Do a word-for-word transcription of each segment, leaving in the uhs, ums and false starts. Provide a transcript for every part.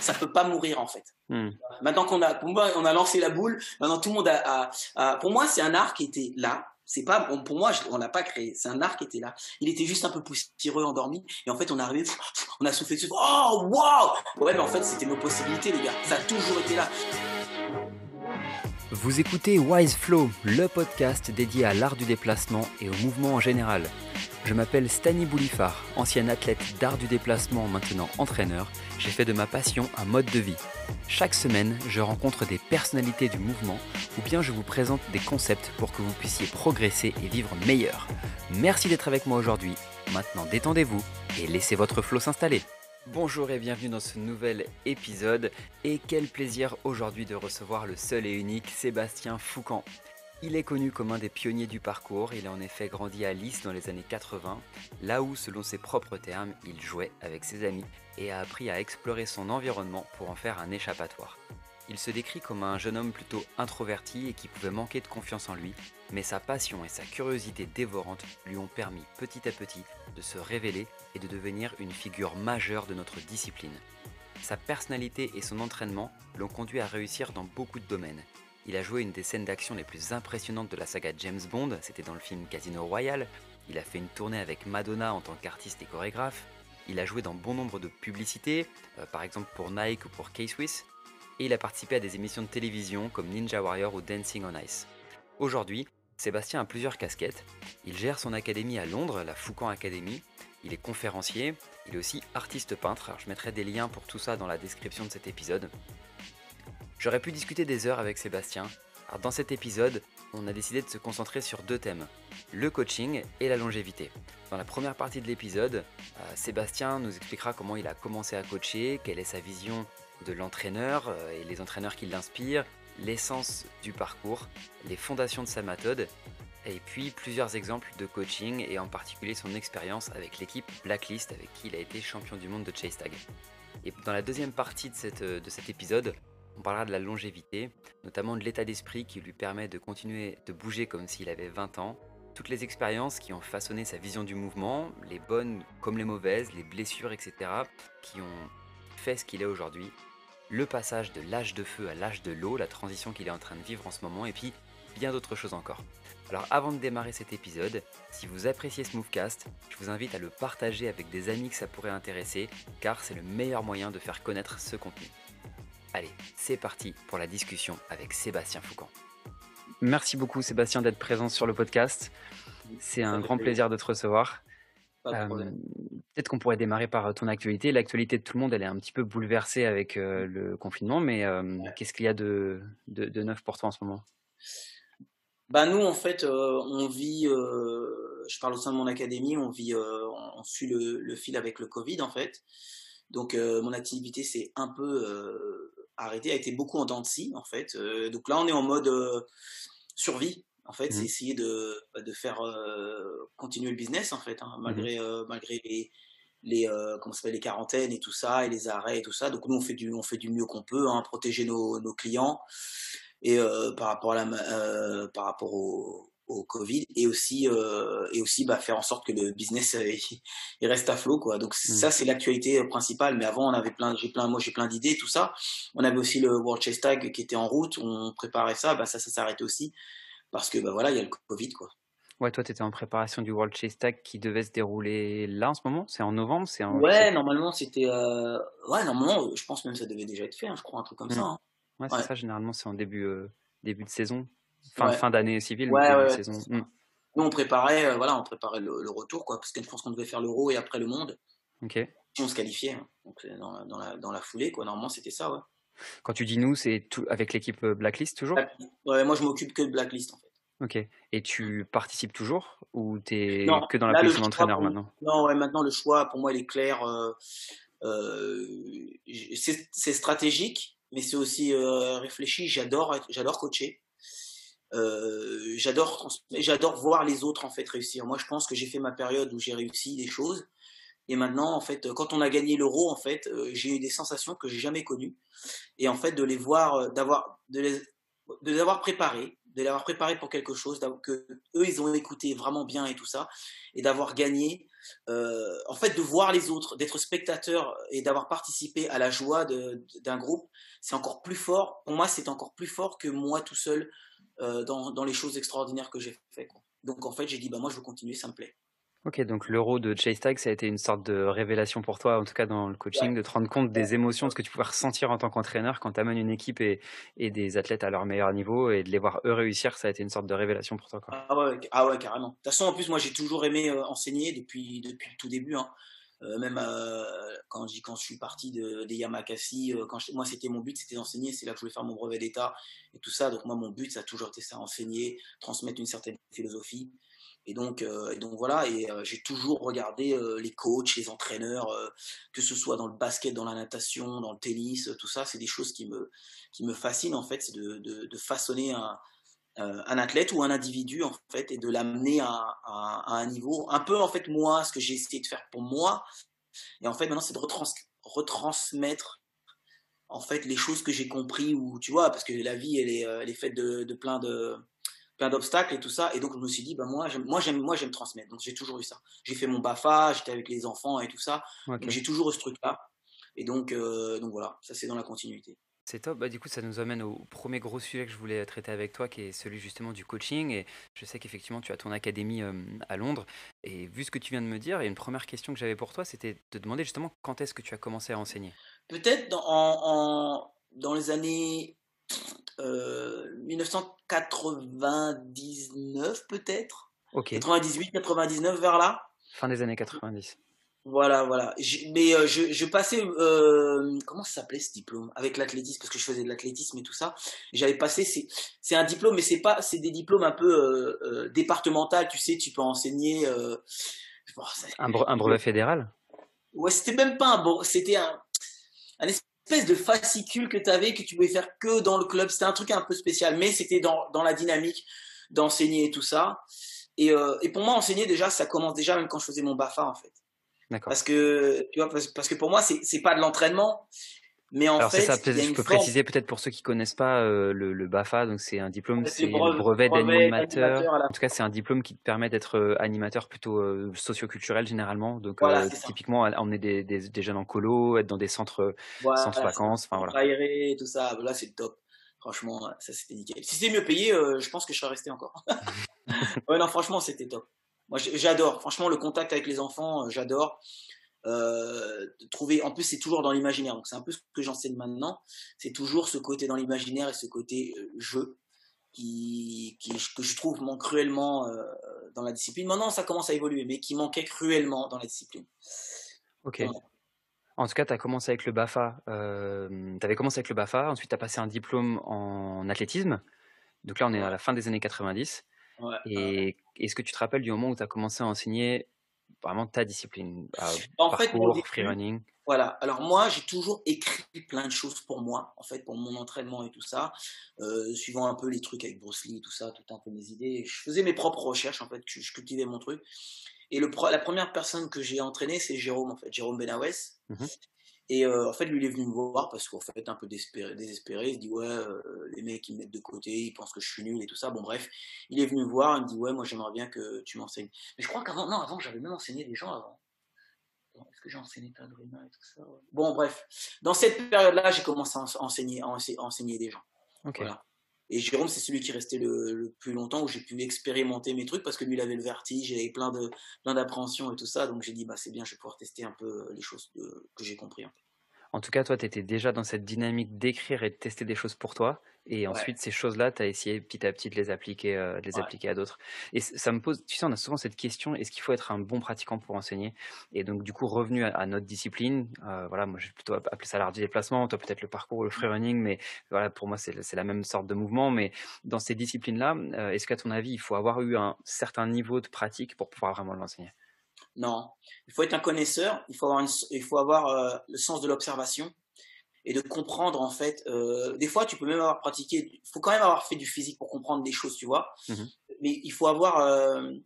ça peut pas mourir en fait. Mm. Maintenant qu'on a, pour moi, on a lancé la boule, maintenant tout le monde a, a, a pour moi, c'est un art qui était là. C'est pas, pour moi, on l'a pas créé. C'est un art qui était là. Il était juste un peu poussiéreux, endormi. Et en fait, on est arrivé, on a soufflé dessus. Oh, waouh! Ouais, mais en fait, c'était nos possibilités, les gars. Ça a toujours été là. Vous écoutez Wise Flow, le podcast dédié à l'art du déplacement et au mouvement en général. Je m'appelle Stani Boulifard, ancien athlète d'art du déplacement, maintenant entraîneur. J'ai fait de ma passion un mode de vie. Chaque semaine, je rencontre des personnalités du mouvement ou bien je vous présente des concepts pour que vous puissiez progresser et vivre meilleur. Merci d'être avec moi aujourd'hui. Maintenant, détendez-vous et laissez votre flow s'installer. Bonjour et bienvenue dans ce nouvel épisode. Et quel plaisir aujourd'hui de recevoir le seul et unique Sébastien Foucan. Il est connu comme un des pionniers du parcours, il a en effet grandi à Nice dans les années quatre-vingts, là où, selon ses propres termes, il jouait avec ses amis et a appris à explorer son environnement pour en faire un échappatoire. Il se décrit comme un jeune homme plutôt introverti et qui pouvait manquer de confiance en lui, mais sa passion et sa curiosité dévorante lui ont permis petit à petit de se révéler et de devenir une figure majeure de notre discipline. Sa personnalité et son entraînement l'ont conduit à réussir dans beaucoup de domaines. Il a joué une des scènes d'action les plus impressionnantes de la saga James Bond, c'était dans le film Casino Royale. Il a fait une tournée avec Madonna en tant qu'artiste et chorégraphe. Il a joué dans bon nombre de publicités, euh, par exemple pour Nike ou pour K-Swiss. Et il a participé à des émissions de télévision comme Ninja Warrior ou Dancing on Ice. Aujourd'hui, Sébastien a plusieurs casquettes. Il gère son académie à Londres, la Foucan Academy. Il est conférencier, il est aussi artiste peintre. Alors je mettrai des liens pour tout ça dans la description de cet épisode. J'aurais pu discuter des heures avec Sébastien. Alors dans cet épisode, on a décidé de se concentrer sur deux thèmes, le coaching et la longévité. Dans la première partie de l'épisode, euh, Sébastien nous expliquera comment il a commencé à coacher, quelle est sa vision de l'entraîneur euh, et les entraîneurs qui l'inspirent, l'essence du parcours, les fondations de sa méthode, et puis plusieurs exemples de coaching et en particulier son expérience avec l'équipe Blacklist avec qui il a été champion du monde de chase tag. Et dans la deuxième partie de, cette, de cet épisode, on parlera de la longévité, notamment de l'état d'esprit qui lui permet de continuer de bouger comme s'il avait vingt ans, toutes les expériences qui ont façonné sa vision du mouvement, les bonnes comme les mauvaises, les blessures, et cetera, qui ont fait ce qu'il est aujourd'hui, le passage de l'âge de feu à l'âge de l'eau, la transition qu'il est en train de vivre en ce moment, et puis bien d'autres choses encore. Alors avant de démarrer cet épisode, si vous appréciez ce Movecast, je vous invite à le partager avec des amis que ça pourrait intéresser, car c'est le meilleur moyen de faire connaître ce contenu. Allez, c'est parti pour la discussion avec Sébastien Foucan. Merci beaucoup Sébastien d'être présent sur le podcast. C'est un grand plaisir de te recevoir. Pas de problème. Euh, peut-être qu'on pourrait démarrer par ton actualité. L'actualité de tout le monde, elle est un petit peu bouleversée avec euh, le confinement, mais euh, ouais. Qu'est-ce qu'il y a de, de, de neuf pour toi en ce moment ? Bah nous en fait euh, on vit, euh, je parle au sein de mon académie, on vit, euh, on suit le, le fil avec le Covid en fait. Donc euh, mon activité s'est un peu euh, arrêtée, a été beaucoup en dents de scie en fait. Euh, donc là on est en mode euh, survie en fait, mmh. C'est essayer de, de faire euh, continuer le business en fait, hein, malgré, mmh. euh, malgré les les euh, comment ça s'appelle, les quarantaines et tout ça et les arrêts et tout ça. Donc nous on fait du on fait du mieux qu'on peut, hein, protéger nos, nos clients et euh, par rapport à la euh, par rapport au, au Covid et aussi euh, et aussi bah, faire en sorte que le business euh, il reste à flot quoi. Donc mmh. ça c'est l'actualité principale, mais avant on avait plein j'ai plein moi j'ai plein d'idées tout ça. On avait aussi le World Chase Tag qui était en route, on préparait ça, bah ça ça s'arrêtait aussi parce que bah voilà, il y a le Covid quoi. Ouais, toi, tu étais en préparation du World Chase Tag qui devait se dérouler là en ce moment. C'est en novembre, c'est en... Ouais, normalement c'était euh... ouais normalement je pense même que ça devait déjà être fait, hein, je crois un truc comme mmh. ça. Hein. Ouais, c'est ouais. ça. Généralement, c'est en début euh, début de saison, fin ouais. fin d'année civile, ouais, début ouais, de ouais. saison. Mmh. Nous on préparait euh, voilà on préparait le, le retour quoi parce que je pense qu'on devait faire l'Euro et après le Monde. Ok. Si on se qualifiait, hein. Donc dans la, dans la dans la foulée quoi. Normalement c'était ça ouais. Quand tu dis nous, c'est tout avec l'équipe Blacklist toujours ? Blacklist. Ouais, moi je m'occupe que de Blacklist en fait. Ok. Et tu participes toujours ou t'es non, que dans la position d'entraîneur pour, maintenant ? Non, ouais, maintenant le choix pour moi il est clair. Euh, euh, c'est, c'est stratégique, mais c'est aussi euh, réfléchi. J'adore, j'adore coacher. Euh, j'adore, j'adore voir les autres en fait réussir. Moi, je pense que j'ai fait ma période où j'ai réussi des choses. Et maintenant, en fait, quand on a gagné l'Euro, en fait, euh, j'ai eu des sensations que j'ai jamais connues. Et en fait, de les voir, d'avoir, de les, de les avoir préparés, de les avoir préparés pour quelque chose, que eux ils ont écouté vraiment bien et tout ça, et d'avoir gagné. euh, en fait, de voir les autres, d'être spectateur et d'avoir participé à la joie de, d'un groupe, c'est encore plus fort. Pour moi, c'est encore plus fort que moi tout seul euh, dans, dans les choses extraordinaires que j'ai fait, quoi. Donc en fait, j'ai dit, bah moi, je veux continuer, ça me plaît. Ok, donc l'euro de Chase Tag, ça a été une sorte de révélation pour toi, en tout cas dans le coaching, Ouais. de te rendre compte des émotions, de ce que tu pouvais ressentir en tant qu'entraîneur quand tu amènes une équipe et, et des athlètes à leur meilleur niveau et de les voir eux réussir, ça a été une sorte de révélation pour toi, quoi. Ah ouais, ah ouais, carrément. De toute façon, en plus, moi, j'ai toujours aimé euh, enseigner depuis, depuis le tout début, hein. Euh, même euh, quand, j'ai- quand je suis parti de, des Yamakasi, euh, quand je- moi, c'était mon but, c'était d'enseigner. C'est là que je voulais faire mon brevet d'État et tout ça. Donc, moi, mon but, ça a toujours été ça, enseigner, transmettre une certaine philosophie. Et donc, euh, et donc voilà, et euh, j'ai toujours regardé euh, les coachs, les entraîneurs, euh, que ce soit dans le basket, dans la natation, dans le tennis, euh, tout ça, c'est des choses qui me, qui me fascinent en fait, c'est de, de, de façonner un, euh, un athlète ou un individu en fait et de l'amener à, à, à un niveau un peu en fait moi ce que j'ai essayé de faire pour moi et en fait maintenant c'est de retrans retransmettre en fait les choses que j'ai compris ou tu vois parce que la vie elle est, elle est faite de, de plein de plein d'obstacles et tout ça et donc je me suis dit bah moi j'aime moi j'aime moi j'aime transmettre donc j'ai toujours eu ça j'ai fait mon BAFA j'étais avec les enfants et tout ça donc Ok. j'ai toujours eu ce truc là et donc euh, donc voilà ça c'est dans la continuité. C'est top. Bah, du coup, ça nous amène au premier gros sujet que je voulais traiter avec toi, qui est celui justement du coaching. Et je sais qu'effectivement, tu as ton académie euh, à Londres. Et vu ce que tu viens de me dire, il y a une première question que j'avais pour toi, c'était de te demander justement quand est-ce que tu as commencé à enseigner. Peut-être dans, en, en, dans les années euh, mille neuf cent quatre-vingt-dix-neuf peut-être, Ok, quatre-vingt-dix-huit, quatre-vingt-dix-neuf vers là. fin des années quatre-vingt-dix. Voilà, voilà. Je- mais euh, je, je passais, euh, comment ça s'appelait ce diplôme? Avec l'athlétisme, parce que je faisais de l'athlétisme et tout ça. J'avais passé, c'est, c'est un diplôme, mais c'est pas, c'est des diplômes un peu euh, euh, départemental, tu sais, tu peux enseigner. Euh, bon, ça- Un, bre- un brevet fédéral? ouais, c'était même pas un bon, c'était un, un espèce de fascicule que tu avais que tu pouvais faire que dans le club. C'était un truc un peu spécial, mais c'était dans, dans la dynamique d'enseigner et tout ça. Et, euh, et pour moi, enseigner déjà, ça commence déjà même quand je faisais mon BAFA en fait. D'accord. Parce que, tu vois, parce, parce que pour moi, c'est, c'est pas de l'entraînement, mais en Alors c'est ça, fait, il y peut-être a je une peux forme. préciser peut-être pour ceux qui connaissent pas euh, le, le BAFA, donc c'est un diplôme, C'est le c'est le brevet, brevet brevet d'animateur. d'animateur à la En tout cas, c'est un diplôme qui te permet d'être euh, animateur plutôt euh, socio-culturel généralement. Donc voilà, euh, c'est ça. typiquement à- emmener des, des, des jeunes en colo, être dans des centres centres Voilà, c'est ça. vacances, enfin voilà. Centre aéré, tout ça. Là, c'est le top. Franchement, ça c'était nickel. Si c'était mieux payé, euh, je pense que je serais resté encore. Ouais, non, franchement, c'était top. Moi, j'adore. Franchement, le contact avec les enfants, euh, j'adore. Euh, trouver, en plus, c'est toujours dans l'imaginaire. Donc, c'est un peu ce que j'enseigne maintenant. C'est toujours ce côté dans l'imaginaire et ce côté euh, jeu qui, qui, que je trouve manque cruellement euh, dans la discipline. Maintenant, ça commence à évoluer, mais qui manquait cruellement dans la discipline. Ok. Vraiment. En tout cas, tu as commencé avec le BAFA. Euh, tu avais commencé avec le BAFA, ensuite tu as passé un diplôme en athlétisme. Donc là, on est à Ouais, la fin des années quatre-vingt-dix. ouais, ouais. Et est-ce que tu te rappelles du moment où tu as commencé à enseigner vraiment ta discipline, euh, En fait, moi, au parcours, free début, running? voilà. Alors moi, j'ai toujours écrit plein de choses pour moi, en fait, pour mon entraînement et tout ça, euh, suivant un peu les trucs avec Bruce Lee, tout ça, tout un peu mes idées. Je faisais mes propres recherches, en fait, je, je cultivais mon truc. Et le, la première personne que j'ai entraîné, c'est Jérôme, en fait, Jérôme Benawes. Mhm. Et euh, en fait, lui, il est venu me voir parce qu'en fait, un peu désespéré, désespéré il se dit, ouais, euh, les mecs, ils me mettent de côté, ils pensent que je suis nul et tout ça. Bon, bref, il est venu me voir, il me dit, ouais, moi, j'aimerais bien que tu m'enseignes. Mais je crois qu'avant, non, avant, j'avais même enseigné des gens avant. Est-ce que j'ai enseigné Tadrina et tout ça? Ouais. Bon, bref. Dans cette période-là, j'ai commencé à enseigner, à enseigner des gens. Ok. Voilà. Et Jérôme, c'est celui qui restait le, le plus longtemps où j'ai pu expérimenter mes trucs parce que lui, il avait le vertige, il avait plein de plein d'appréhension et tout ça. Donc j'ai dit, bah c'est bien, je vais pouvoir tester un peu les choses de, que j'ai compris. En fait. En tout cas, toi, tu étais déjà dans cette dynamique d'écrire et de tester des choses pour toi. Et Ouais, ensuite, ces choses-là, tu as essayé petit à petit de les appliquer, euh, de les ouais. appliquer à d'autres. Et c- ça me pose, tu sais, on a souvent cette question, est-ce qu'il faut être un bon pratiquant pour enseigner? Et donc, du coup, revenu à, à notre discipline, euh, voilà, moi, je vais plutôt appeler ça l'art du déplacement, toi, peut-être le parcours ou le free running, mais voilà, pour moi, c'est c'est la même sorte de mouvement. Mais dans ces disciplines-là, euh, est-ce qu'à ton avis, il faut avoir eu un certain niveau de pratique pour pouvoir vraiment l'enseigner? Non, il faut être un connaisseur, il faut avoir, une, il faut avoir euh, le sens de l'observation et de comprendre en fait. Euh, des fois, tu peux même avoir pratiqué, il faut quand même avoir fait du physique pour comprendre des choses, tu vois. Mhm. Mais il faut avoir euh,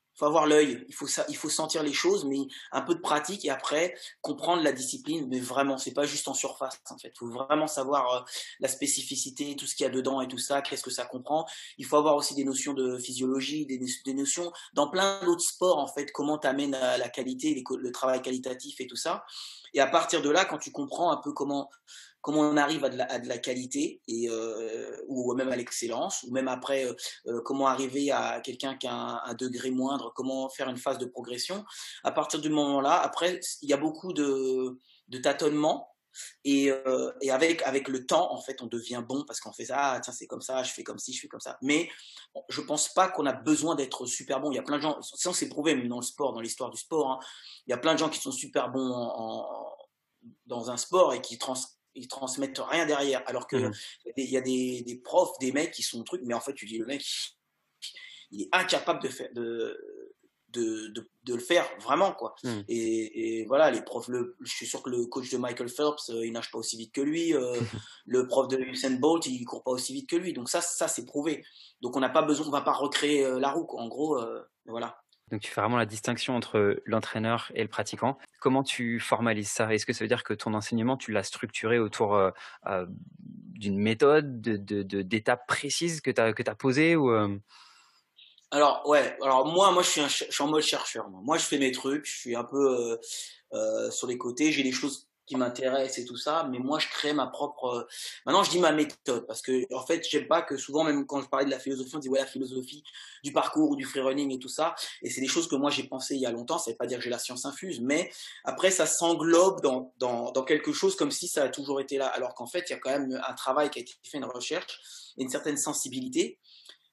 faut avoir l'œil, il faut ça, il faut sentir les choses, mais un peu de pratique et après comprendre la discipline. Mais vraiment, c'est pas juste en surface en fait. Il faut vraiment savoir euh, la spécificité, tout ce qu'il y a dedans et tout ça, qu'est-ce que ça comprend. Il faut avoir aussi des notions de physiologie, des, des notions dans plein d'autres sports en fait. Comment t'amènes à la qualité, les, le travail qualitatif et tout ça. Et à partir de là, quand tu comprends un peu comment comment on arrive à de la, à de la qualité et euh, ou même à l'excellence, ou même après euh, euh, comment arriver à quelqu'un qui a un, un degré moindre, comment faire une phase de progression. À partir du moment-là, après, il y a beaucoup de, de tâtonnements. Et, euh, et avec, avec le temps, en fait, on devient bon parce qu'on fait ça, ah, tiens, c'est comme ça, je fais comme ci, je fais comme ça. Mais je pense pas qu'on a besoin d'être super bon. Il y a plein de gens, ça c'est prouvé même dans le sport, dans l'histoire du sport, hein, il y a plein de gens qui sont super bons en, en, dans un sport et qui trans, ils transmettent rien derrière. Alors qu'il mmh. y a des, des profs, des mecs qui sont trucs, mais en fait, tu dis, le mec, il est incapable de faire, de, de, de, de le faire vraiment, quoi. Mmh. Et, et voilà, les profs, le, je suis sûr que le coach de Michael Phelps, euh, il nage pas aussi vite que lui. Euh, le prof de Usain Bolt, il court pas aussi vite que lui. Donc ça, ça c'est prouvé. Donc on n'a pas besoin, on va pas recréer euh, la roue, quoi. En gros, euh, voilà. Donc tu fais vraiment la distinction entre l'entraîneur et le pratiquant. Comment tu formalises ça? Est-ce que ça veut dire que ton enseignement, tu l'as structuré autour euh, euh, d'une méthode, de, de, de, d'étapes précises que tu as que tu as posées ou euh... Alors ouais, alors moi, moi je suis, un, je suis en mode chercheur. Moi. moi, je fais mes trucs, je suis un peu euh, euh, sur les côtés, j'ai des choses qui m'intéressent et tout ça, mais moi je crée ma propre. Euh... Maintenant, je dis ma méthode parce que en fait, j'aime pas que souvent, même quand je parlais de la philosophie, on dit ouais la philosophie du parcours ou du free running et tout ça, et c'est des choses que moi j'ai pensé il y a longtemps. Ça veut pas dire que j'ai la science infuse, mais après ça s'englobe dans dans dans quelque chose comme si ça a toujours été là, alors qu'en fait il y a quand même un travail qui a été fait, une recherche, et une certaine sensibilité.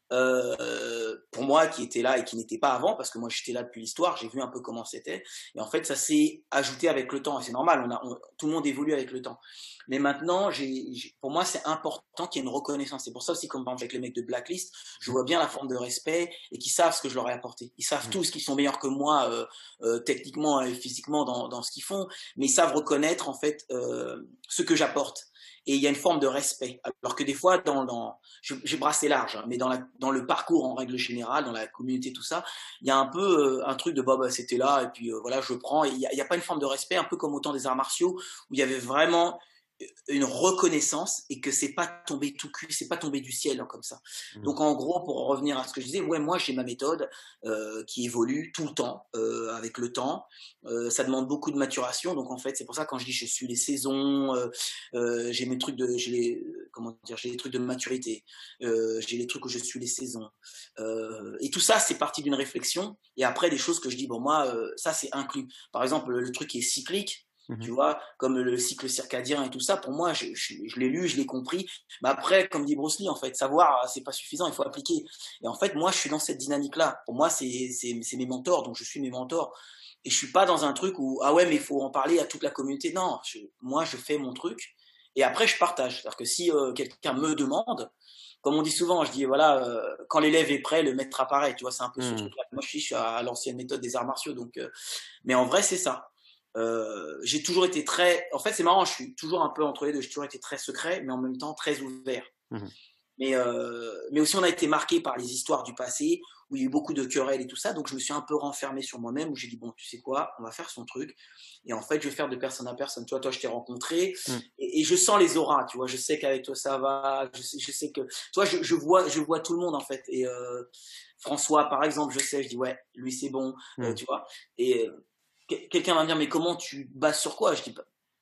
Euh, pour moi qui était là et qui n'était pas avant, parce que moi j'étais là depuis l'histoire, j'ai vu un peu comment c'était, et en fait ça s'est ajouté avec le temps, et c'est normal, on a, on, tout le monde évolue avec le temps. Mais maintenant, j'ai, j'ai, pour moi c'est important qu'il y ait une reconnaissance. C'est pour ça aussi, comme par exemple avec les mecs de Blacklist, je vois bien la forme de respect et qu'ils savent ce que je leur ai apporté. Ils savent mmh. tous qu'ils sont meilleurs que moi euh, euh, techniquement et physiquement dans, dans ce qu'ils font, mais ils savent reconnaître en fait euh, ce que j'apporte. Et il y a une forme de respect. Alors que des fois, dans, dans j'ai brassé large, hein, mais dans, la, dans le parcours en règle générale, dans la communauté, tout ça, il y a un peu euh, un truc de bah, bah c'était là, et puis euh, voilà, je prends. Et il n'y a, a pas une forme de respect, un peu comme au temps des arts martiaux, où il y avait vraiment une reconnaissance et que c'est pas tombé tout cuit, c'est pas tombé du ciel hein, comme ça. Mmh. Donc en gros, pour revenir à ce que je disais, ouais, moi j'ai ma méthode euh, qui évolue tout le temps, euh, avec le temps. Euh, ça demande beaucoup de maturation, donc en fait c'est pour ça quand je dis je suis les saisons, euh, euh, j'ai mes trucs de, j'ai les, comment dire, j'ai les trucs de maturité, euh, j'ai les trucs où je suis les saisons, euh, et tout ça c'est parti d'une réflexion. Et après des choses que je dis bon moi euh, ça c'est inclus. Par exemple le, le truc qui est cyclique. Mmh. Tu vois, comme le cycle circadien et tout ça, pour moi, je, je, je l'ai lu, je l'ai compris. Mais après, comme dit Bruce Lee, en fait, savoir, c'est pas suffisant, il faut appliquer. Et en fait, moi, je suis dans cette dynamique-là. Pour moi, c'est, c'est, c'est mes mentors, donc je suis mes mentors. Et je suis pas dans un truc où, ah ouais, mais il faut en parler à toute la communauté. Non, je, moi, je fais mon truc. Et après, je partage. C'est-à-dire que si euh, quelqu'un me demande, comme on dit souvent, je dis, voilà, euh, quand l'élève est prêt, le maître apparaît. Tu vois, c'est un peu mmh. ce truc-là. Moi, je suis, je suis à l'ancienne méthode des arts martiaux. Donc, euh, mais en vrai, c'est ça. Euh, j'ai toujours été très, en fait c'est marrant, je suis toujours un peu entre les deux, j'ai toujours été très secret mais en même temps très ouvert. Mmh. Mais, euh, mais aussi on a été marqué par les histoires du passé où il y a eu beaucoup de querelles et tout ça, donc je me suis un peu renfermé sur moi-même où j'ai dit bon tu sais quoi, on va faire son truc et en fait je vais faire de personne à personne. Toi, toi je t'ai rencontré mmh. et, et je sens les auras, tu vois, je sais qu'avec toi ça va, je sais, je sais que, toi je, je vois, je vois tout le monde en fait et euh, François par exemple, je sais, je dis ouais lui c'est bon, mmh. euh, tu vois et euh, quelqu'un va me dire mais comment tu bases sur quoi? Je dis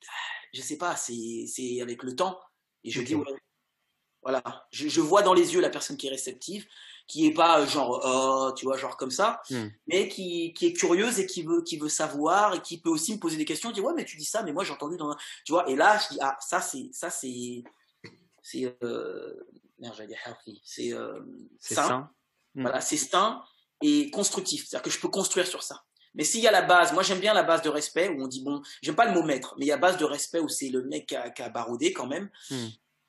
je sais pas, c'est c'est avec le temps. Et je okay. dis ouais, voilà, je, je vois dans les yeux la personne qui est réceptive, qui est pas genre oh, tu vois genre comme ça, mm. mais qui qui est curieuse et qui veut qui veut savoir et qui peut aussi me poser des questions. Je dis ouais mais tu dis ça mais moi j'ai entendu dans un... tu vois, et là je dis ah ça c'est ça c'est c'est euh... merde j'allais dire healthy, c'est euh, sain, sain. Mm. Voilà, c'est sain et constructif, c'est-à-dire que je peux construire sur ça. Mais s'il y a la base, moi j'aime bien la base de respect où on dit bon, j'aime pas le mot maître, mais il y a base de respect où c'est le mec qui a, qui a baroudé quand même. Mm.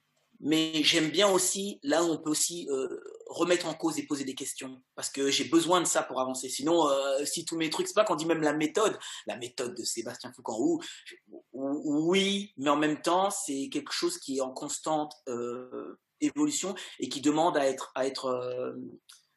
Mais j'aime bien aussi là où on peut aussi euh, remettre en cause et poser des questions parce que j'ai besoin de ça pour avancer. Sinon, euh, si tous mes trucs, c'est pas qu'on dit même la méthode, la méthode de Sébastien Foucan, ou, ou oui, mais en même temps c'est quelque chose qui est en constante euh, évolution et qui demande à être à être euh,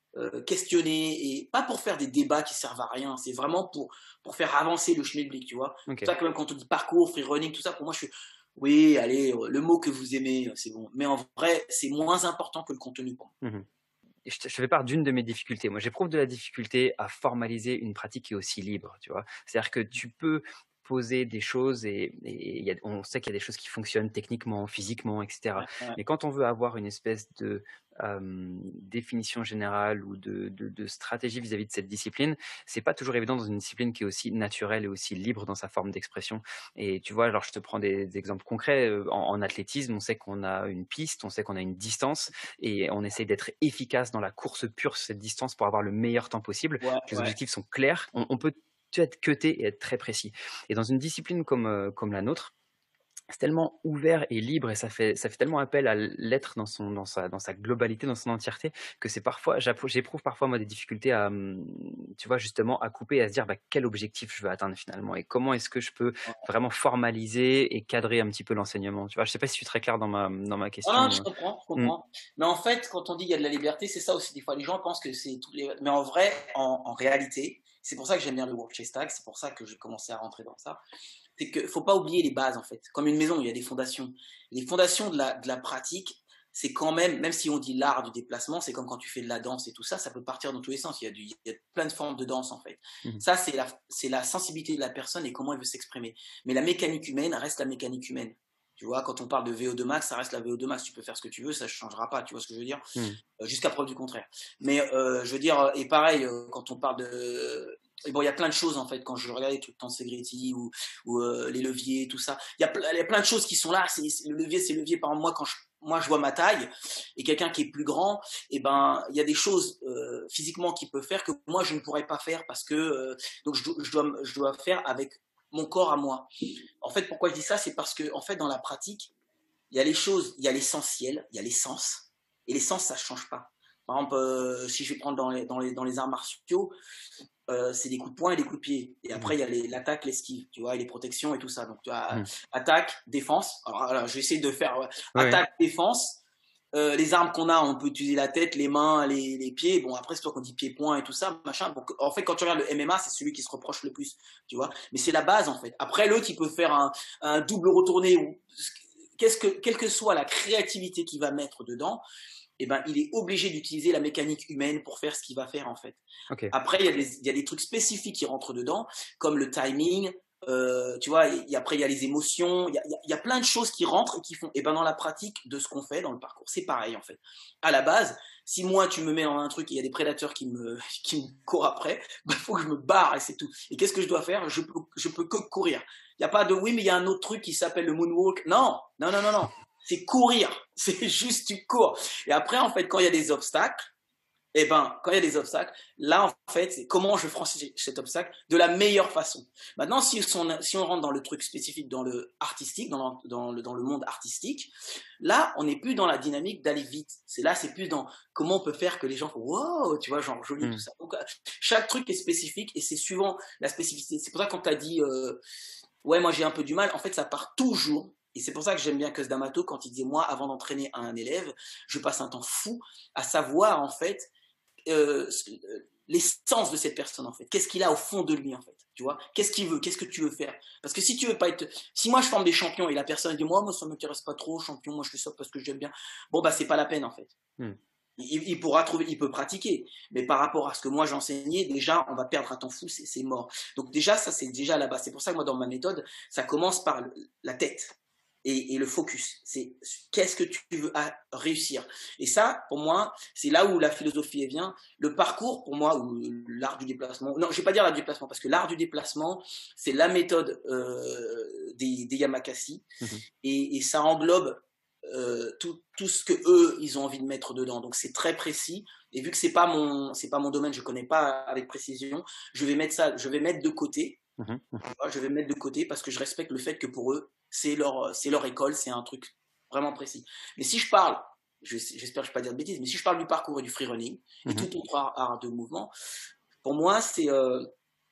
euh, questionner, et pas pour faire des débats qui servent à rien, c'est vraiment pour, pour faire avancer le schmilblick, tu vois. Ok. C'est pour ça que même quand on dit parcours, free running, tout ça, pour moi, je suis, oui, allez, le mot que vous aimez, c'est bon. Mais en vrai, c'est moins important que le contenu pour moi. Mhm. Je, te- je fais part d'une de mes difficultés. Moi, j'éprouve de la difficulté à formaliser une pratique qui est aussi libre, tu vois. C'est-à-dire que tu peux poser des choses et, et il y a- on sait qu'il y a des choses qui fonctionnent techniquement, physiquement, et cetera. Ouais, ouais. Mais quand on veut avoir une espèce de euh, définition générale ou de, de- de stratégie vis-à-vis de cette discipline, c'est pas toujours évident dans une discipline qui est aussi naturelle et aussi libre dans sa forme d'expression. Et tu vois, alors je te prends des, des exemples concrets. Euh, En, en athlétisme, on sait qu'on a une piste, on sait qu'on a une distance et on essaye d'être efficace dans la course pure sur cette distance pour avoir le meilleur temps possible. Ouais, Les ouais. objectifs sont clairs. On, on peut être cuté et être très précis. Et dans une discipline comme, euh, comme la nôtre, c'est tellement ouvert et libre et ça fait, ça fait tellement appel à l'être dans, son, dans, sa, dans sa globalité, dans son entièreté, que c'est parfois, j'éprouve parfois moi des difficultés à, hum, tu vois, justement, à couper et à se dire bah, quel objectif je veux atteindre finalement et comment est-ce que je peux vraiment formaliser et cadrer un petit peu l'enseignement. Tu vois, je sais pas si je suis très clair dans ma, dans ma Non, question. non, je comprends, je Hum, comprends. Mais en fait, quand on dit qu'il y a de la liberté, c'est ça aussi. Des fois, les gens pensent que c'est tous les. Mais en vrai, en, en réalité, c'est pour ça que j'aime bien le World Chess Tag, c'est pour ça que j'ai commencé à rentrer dans ça. C'est qu'il ne faut pas oublier les bases, en fait. Comme une maison, il y a des fondations. Les fondations de la, de la pratique, c'est quand même, même si on dit l'art du déplacement, c'est comme quand tu fais de la danse et tout ça, ça peut partir dans tous les sens. Il y a, du, il y a plein de formes de danse, en fait. hum, Ça, c'est la, c'est la sensibilité de la personne et comment elle veut s'exprimer. Mais la mécanique humaine reste la mécanique humaine. Tu vois, quand on parle de V O deux max, ça reste la V O deux max. Tu peux faire ce que tu veux, ça ne changera pas. Tu vois ce que je veux dire? hum. Euh, Jusqu'à preuve du contraire. Mais euh, je veux dire, et pareil, euh, quand on parle de. Et bon, il y a plein de choses en fait, quand je regarde les trucs de Tansegrity ou, ou euh, les leviers, tout ça. Il y, a il y a plein de choses qui sont là. C'est, c'est, le levier, c'est le levier. Par exemple, moi, quand je, moi, je vois ma taille et quelqu'un qui est plus grand, et ben, il y a des choses euh, physiquement qu'il peut faire que moi, je ne pourrais pas faire parce que. Euh, donc, je, je, dois, je dois faire avec mon corps à moi. En fait, pourquoi je dis ça? C'est parce que, en fait, dans la pratique, il y a les choses, il y a l'essentiel, il y a l'essence, et l'essence, ça ne change pas. Par exemple, euh, si je vais prendre dans les, dans les, dans les arts martiaux, euh, c'est des coups de poing et des coups de pied. Et après, il y a les, l'attaque, l'esquive, tu vois, et les protections et tout ça. Donc, tu as Mmh. attaque, défense. Alors, alors je vais essayer de faire ouais, Ouais, attaque, défense. Euh, les armes qu'on a, on peut utiliser la tête, les mains, les, les pieds. Bon, après, c'est toi qu'on dit pied-point et tout ça, machin. Donc, en fait, quand tu regardes le M M A, c'est celui qui se reproche le plus, tu vois. Mais c'est la base, en fait. Après, l'autre, il peut faire un, un double retourné ou qu'est-ce que, quelle que soit la créativité qu'il va mettre dedans, eh ben, il est obligé d'utiliser la mécanique humaine pour faire ce qu'il va faire, en fait. ok. Après, il y a des, il y a des trucs spécifiques qui rentrent dedans, comme le timing, euh, tu vois, et, et après, il y a les émotions, il y a, il y a plein de choses qui rentrent et qui font, et ben, dans la pratique de ce qu'on fait dans le parcours, c'est pareil, en fait. À la base, si moi, tu me mets dans un truc et il y a des prédateurs qui me, qui me courent après, il faut que je me barre et c'est tout. Et qu'est-ce que je dois faire? Je peux, je peux que courir. Il n'y a pas de, oui, mais il y a un autre truc qui s'appelle le moonwalk. Non, non, non, non, non. C'est courir. C'est juste, tu cours. Et après, en fait, quand il y a des obstacles, eh ben, quand il y a des obstacles, là, en fait, c'est comment je franchis cet obstacle de la meilleure façon. Maintenant, si on, si on rentre dans le truc spécifique, dans le artistique, dans le, dans le, dans le monde artistique, là, on n'est plus dans la dynamique d'aller vite. C'est là, c'est plus dans comment on peut faire que les gens font wow, tu vois, genre joli, Mmh. tout ça. Donc, chaque truc est spécifique et c'est suivant la spécificité. C'est pour ça que quand tu as dit, euh, ouais, moi j'ai un peu du mal, en fait, ça part toujours. Et c'est pour ça que j'aime bien Cus D'Amato quand il disait, moi, avant d'entraîner un élève, je passe un temps fou à savoir, en fait, euh, l'essence de cette personne en fait. Qu'est-ce qu'il a au fond de lui en fait, tu vois? Qu'est-ce qu'il veut? Qu'est-ce que tu veux faire? Parce que si tu veux pas être, si moi je forme des champions et la personne dit moi, moi ça m'intéresse pas trop champion, moi je fais ça parce que j'aime bien. Bon bah c'est pas la peine en fait. Mmh. Il, il pourra trouver, il peut pratiquer, mais par rapport à ce que moi j'enseignais, déjà on va perdre un temps fou, c'est, c'est mort. Donc déjà ça c'est déjà la base. C'est pour ça que moi dans ma méthode, ça commence par le, la tête. Et, et le focus, c'est qu'est-ce que tu veux réussir. Et ça, pour moi, c'est là où la philosophie vient. Le parcours, pour moi, ou l'art du déplacement. Non, je vais pas dire l'art du déplacement, parce que l'art du déplacement, c'est la méthode euh, des, des Yamakasi, mmh. et, et ça englobe euh, tout, tout ce que eux, ils ont envie de mettre dedans. Donc c'est très précis. Et vu que c'est pas mon, c'est pas mon domaine, je connais pas avec précision, je vais mettre ça, je vais mettre de côté. Mmh. Je vais mettre de côté parce que je respecte le fait que pour eux, c'est leur, c'est leur école, c'est un truc vraiment précis. Mais si je parle, j'espère que je ne vais pas dire de bêtises, mais si je parle du parcours et du free running, et mm-hmm. tout autre art, art de mouvement, pour moi, c'est... Euh,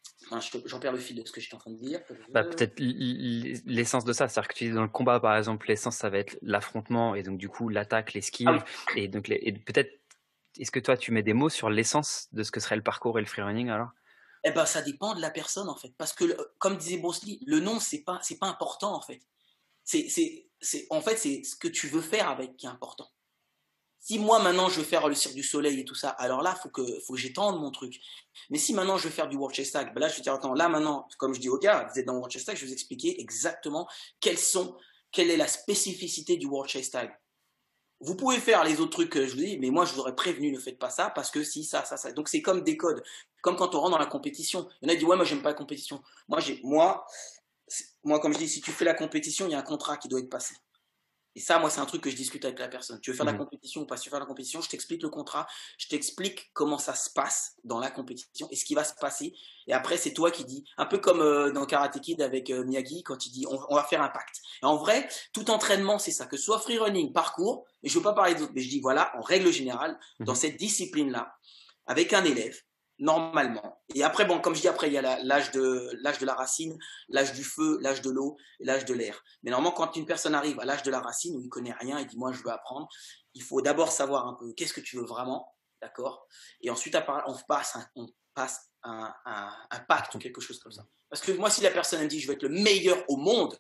j'en perds le fil de ce que j'étais en train de dire. Bah, peut-être l'essence de ça, c'est-à-dire que tu dis dans le combat, par exemple, l'essence, ça va être l'affrontement, et donc du coup, l'attaque, l'esquive, ah oui. et donc les, et peut-être est-ce que toi, tu mets des mots sur l'essence de ce que serait le parcours et le freerunning alors? Eh ben, ça dépend de la personne, en fait. Parce que, le- comme disait Bruce Lee, le nom, c'est pas, c'est pas important, en fait. C'est, c'est, c'est, en fait, c'est ce que tu veux faire avec qui est important. Si moi, maintenant, je veux faire le cirque du soleil et tout ça, alors là, il faut que, faut que j'étende mon truc. Mais si maintenant, je veux faire du World Chess Tag, ben là, je vais dire, attends, là, maintenant, comme je dis aux gars, vous êtes dans le World Chess Tag, je vais vous expliquer exactement quels sont, quelle est la spécificité du World Chess Tag. Vous pouvez faire les autres trucs que je vous dis, mais moi je vous aurais prévenu, ne faites pas ça, parce que si, ça, ça, ça. Donc c'est comme des codes. Comme quand on rentre dans la compétition. Il y en a qui disent, ouais, moi j'aime pas la compétition. Moi, j'ai, moi, moi, comme je dis, si tu fais la compétition, il y a un contrat qui doit être passé. Et ça, moi, c'est un truc que je discute avec la personne. Tu veux faire la Mmh. compétition ou pas? Si tu veux faire la compétition, je t'explique le contrat, je t'explique comment ça se passe dans la compétition et ce qui va se passer. Et après, c'est toi qui dis, un peu comme euh, dans Karate Kid avec euh, Miyagi, quand il dit, on, on va faire un pacte. Et en vrai, tout entraînement, c'est ça, que ce soit free running, parcours, et je ne veux pas parler d'autres, mais je dis, voilà, en règle générale, dans Mmh. cette discipline-là, avec un élève, normalement. Et après, bon, comme je dis, après, il y a la- l'âge de, l'âge de la racine, l'âge du feu, l'âge de l'eau et l'âge de l'air. Mais normalement, quand une personne arrive à l'âge de la racine où il connaît rien, il dit, moi, je veux apprendre, il faut d'abord savoir un peu qu'est-ce que tu veux vraiment, d'accord? Et ensuite, on passe un, on passe un, un, un pacte ou quelque chose comme ça. Parce que moi, si la personne me dit, je veux être le meilleur au monde,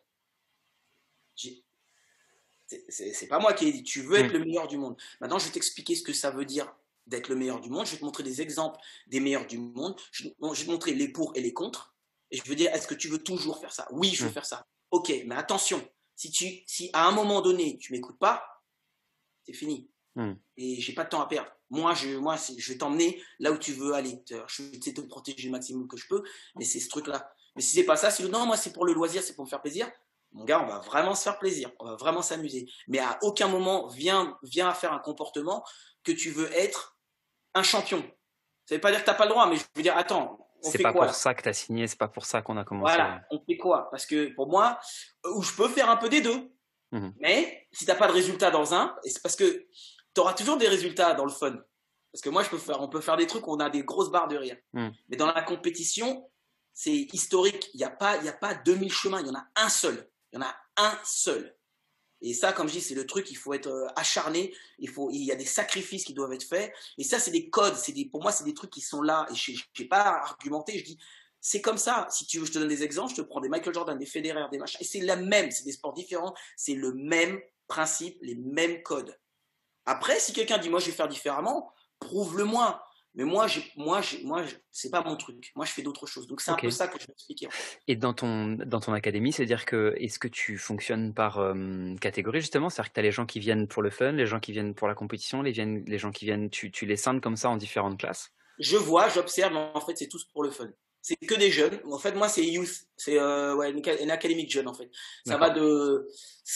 j'ai- c'est- c'est c'est pas moi qui ai dit, tu veux être Mmh. le meilleur du monde. Maintenant, je vais t'expliquer ce que ça veut dire d'être le meilleur du monde. Je vais te montrer des exemples des meilleurs du monde. Je vais je vais te montrer les pour et les contre. Et je veux dire, est-ce que tu veux toujours faire ça? Oui, je veux Mmh. faire ça. Ok, mais attention, si, tu, si à un moment donné, tu m'écoutes pas, c'est fini. Mmh. Et j'ai pas de temps à perdre. Moi, je, moi, je vais t'emmener là où tu veux aller. Je vais essayer de te protéger le maximum que je peux, mais c'est ce truc-là. Mais si c'est pas ça, si non, moi, c'est pour le loisir, c'est pour me faire plaisir, mon gars, on va vraiment se faire plaisir, on va vraiment s'amuser. Mais à aucun moment, viens, viens à faire un comportement que tu veux être un champion. Ça veut pas dire que t'as pas le droit, mais je veux dire, attends, on C'est fait pas quoi pour là? ça que tu as signé, c'est pas pour ça qu'on a commencé. Voilà, on fait quoi? Parce que pour moi, où je peux faire un peu des deux. Mmh. Mais si t'as pas de résultat dans un, et c'est parce que tu auras toujours des résultats dans le fun. Parce que moi, je peux faire, on peut faire des trucs où on a des grosses barres de rire. Mmh. Mais dans la compétition, c'est historique. Il n'y a pas, il y a pas deux mille chemins. Il y en a un seul. Il y en a un seul. Et ça, comme je dis, c'est le truc. Il faut être euh, acharné. Il faut, il y a des sacrifices qui doivent être faits. Et ça, c'est des codes. C'est des, pour moi, c'est des trucs qui sont là. Et je n'ai pas à argumenter. Je dis, c'est comme ça. Si tu veux, je te donne des exemples. Je te prends des Michael Jordan, des Federer, des machins. Et c'est la même. C'est des sports différents. C'est le même principe, les mêmes codes. Après, si quelqu'un dit, moi, je vais faire différemment, prouve-le-moi. Mais moi, j'ai, moi, j'ai, moi, c'est pas mon truc. Moi, je fais d'autres choses. Donc, c'est Ok. un peu ça que je vais expliquer. En fait. Et dans ton, dans ton académie, c'est-à-dire que est-ce que tu fonctionnes par euh, catégorie justement? C'est-à-dire que tu as les gens qui viennent pour le fun, les gens qui viennent pour la compétition, les, viennent, les gens qui viennent, tu, tu les scindes comme ça en différentes classes? Je vois, j'observe, mais en fait, c'est tous pour le fun. C'est que des jeunes. En fait, moi, c'est youth. C'est euh, ouais, une, une académie de jeunes, en fait. Ça va D'accord. de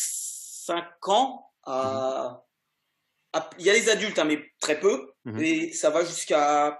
cinq ans Mhm. à... à- Il y a les adultes, hein, mais très peu. Mhm. Et ça va jusqu'à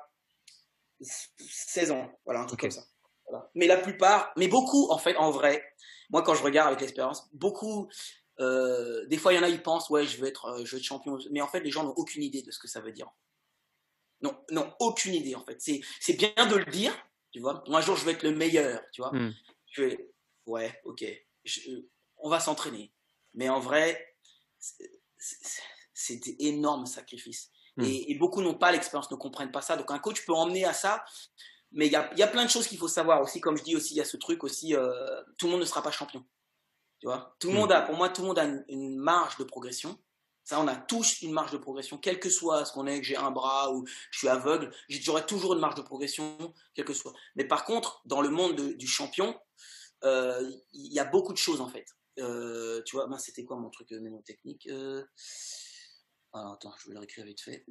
seize ans. Voilà, un truc Ok. comme ça. Voilà. Mais la plupart, mais beaucoup, en fait, en vrai, moi, quand je regarde avec l'expérience, beaucoup, euh, des fois, il y en a, ils pensent, ouais, je veux être, euh, je veux être champion. Mais en fait, les gens n'ont aucune idée de ce que ça veut dire. Non, non, aucune idée, en fait. C'est, c'est bien de le dire, tu vois. Moi, un jour, je veux être le meilleur, tu vois. Mhm. Je vais, ouais, ok. Je, on va s'entraîner. Mais en vrai, c'est, c'est, c'est des énormes sacrifices. Mhm. Et, et beaucoup n'ont pas l'expérience, ne comprennent pas ça. Donc, un coach peut emmener à ça. Mais il y a, y a plein de choses qu'il faut savoir aussi. Comme je dis aussi, il y a ce truc aussi, euh, tout le monde ne sera pas champion. Tu vois, tout le Mhm. monde a, pour moi, tout le monde a une, une marge de progression. Ça, on a tous une marge de progression, quel que soit ce qu'on est, que j'ai un bras ou je suis aveugle, j'aurai toujours une marge de progression, quel que soit. Mais par contre, dans le monde de, du champion, il euh, y a beaucoup de choses en fait. Euh, tu vois, ben, c'était quoi mon truc euh, mémotechnique euh... Alors, attends, je vais le réécrire vite fait.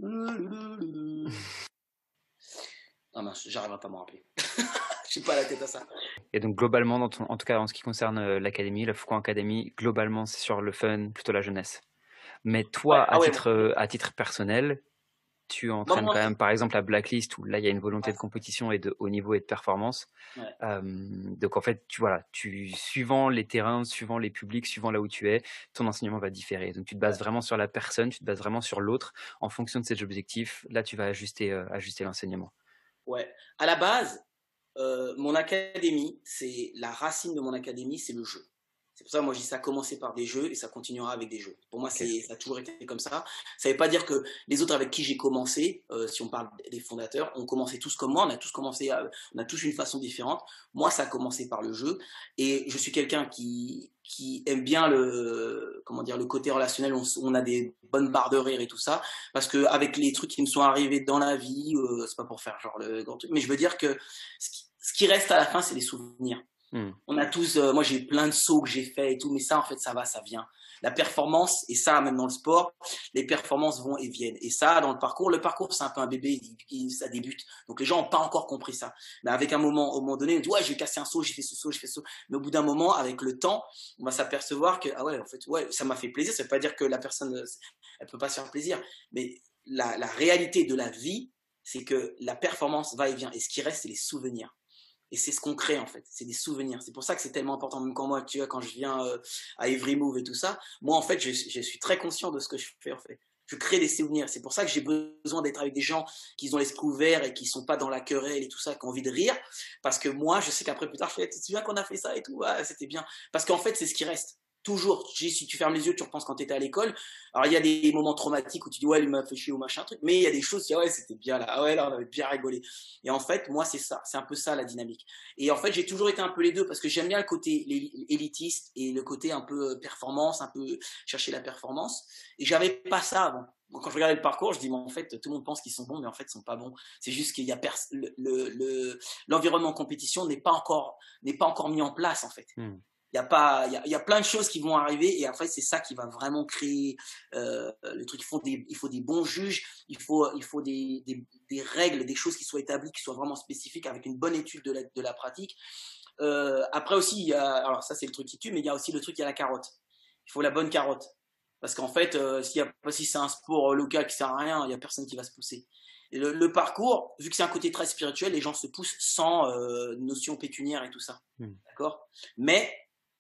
Ah mince, j'arriverai pas à m'en rappeler. Je suis pas à la tête à ça. Et donc globalement, dans ton, en tout cas en ce qui concerne euh, l'académie, la Foucault Academy, globalement c'est sur le fun, plutôt la jeunesse. Mais toi, Ouais, à, ah ouais, titre, euh, à titre personnel, tu entraînes bon, quand même, par exemple, la Blacklist, où là, il y a une volonté ouais, de compétition et de haut niveau et de performance. ouais. Euh, donc, en fait, tu, voilà, tu, suivant les terrains, suivant les publics, suivant là où tu es, ton enseignement va différer. Donc, tu te bases Ouais. vraiment sur la personne, tu te bases vraiment sur l'autre. En fonction de ses objectifs, là, tu vas ajuster, euh, ajuster l'enseignement. Ouais. À la base, euh, mon académie, c'est la racine de mon académie, c'est le jeu. C'est pour ça, moi, je dis ça a commencé par des jeux et ça continuera avec des jeux. Pour moi, Ok. c'est, ça a toujours été comme ça. Ça ne veut pas dire que les autres avec qui j'ai commencé, euh, si on parle des fondateurs, ont commencé tous comme moi, on a tous commencé, à- on a tous une façon différente. Moi, ça a commencé par le jeu et je suis quelqu'un qui, qui aime bien le, comment dire, le côté relationnel. On, on a des bonnes barres de rire et tout ça parce que avec les trucs qui me sont arrivés dans la vie, euh, c'est pas pour faire genre le grand truc, mais je veux dire que ce qui, ce qui reste à la fin, c'est les souvenirs. Hmm. On a tous, euh, moi j'ai plein de sauts que j'ai fait et tout, mais ça en fait ça va, ça vient. La performance, et ça même dans le sport, les performances vont et viennent. Et ça dans le parcours, le parcours c'est un peu un bébé, il, il, ça débute. Donc les gens n'ont pas encore compris ça. Mais avec un moment, au moment donné, on dit ouais j'ai cassé un saut, j'ai fait ce saut, j'ai fait ce saut. Mais au bout d'un moment, avec le temps, on va s'apercevoir que ah ouais en fait ouais ça m'a fait plaisir. Ça veut pas dire que la personne elle peut pas se faire plaisir, mais la, la réalité de la vie, c'est que la performance va et vient. Et ce qui reste, c'est les souvenirs. Et c'est ce qu'on crée en fait, c'est des souvenirs. C'est pour ça que c'est tellement important, même quand moi, tu vois, quand je viens euh, à Every Move et tout ça, moi en fait, je, je suis très conscient de ce que je fais en fait. Je crée des souvenirs. C'est pour ça que j'ai besoin d'être avec des gens qui ont l'esprit ouvert et qui sont pas dans la querelle et tout ça, qui ont envie de rire. Parce que moi, je sais qu'après plus tard, je fais, tu te souviens qu'on a fait ça et tout, ah, c'était bien. Parce qu'en fait, c'est ce qui reste. Toujours, si tu fermes les yeux, tu repenses quand tu étais à l'école. Alors, il y a des moments traumatiques où tu dis, ouais, il m'a fait chier ou machin truc. Mais il y a des choses, tu dis, ouais, c'était bien là. Ah ouais, là, on avait bien rigolé. Et en fait, moi, c'est ça. C'est un peu ça, la dynamique. Et en fait, j'ai toujours été un peu les deux parce que j'aime bien le côté élitiste et le côté un peu performance, un peu chercher la performance. Et j'avais pas ça avant. Donc, quand je regardais le parcours, je dis, mais en fait, tout le monde pense qu'ils sont bons, mais en fait, ils sont pas bons. C'est juste qu'il y a pers- le, le, le, l'environnement en compétition n'est pas encore, n'est pas encore mis en place, en fait. Hmm. Il y a pas, il y a, il y a plein de choses qui vont arriver et après c'est ça qui va vraiment créer euh, le truc. Il faut des, il faut des bons juges, il faut, il faut des, des, des règles, des choses qui soient établies, qui soient vraiment spécifiques avec une bonne étude de la, de la pratique. Euh, après aussi, il y a, alors ça c'est le truc qui tue, mais il y a aussi le truc, il y a la carotte. Il faut la bonne carotte. Parce qu'en fait, euh, s'il y a, si c'est un sport local qui sert à rien, il n'y a personne qui va se pousser. Et le, le parcours, vu que c'est un côté très spirituel, les gens se poussent sans euh, notion pécuniaire et tout ça. Hmm. D'accord ? Mais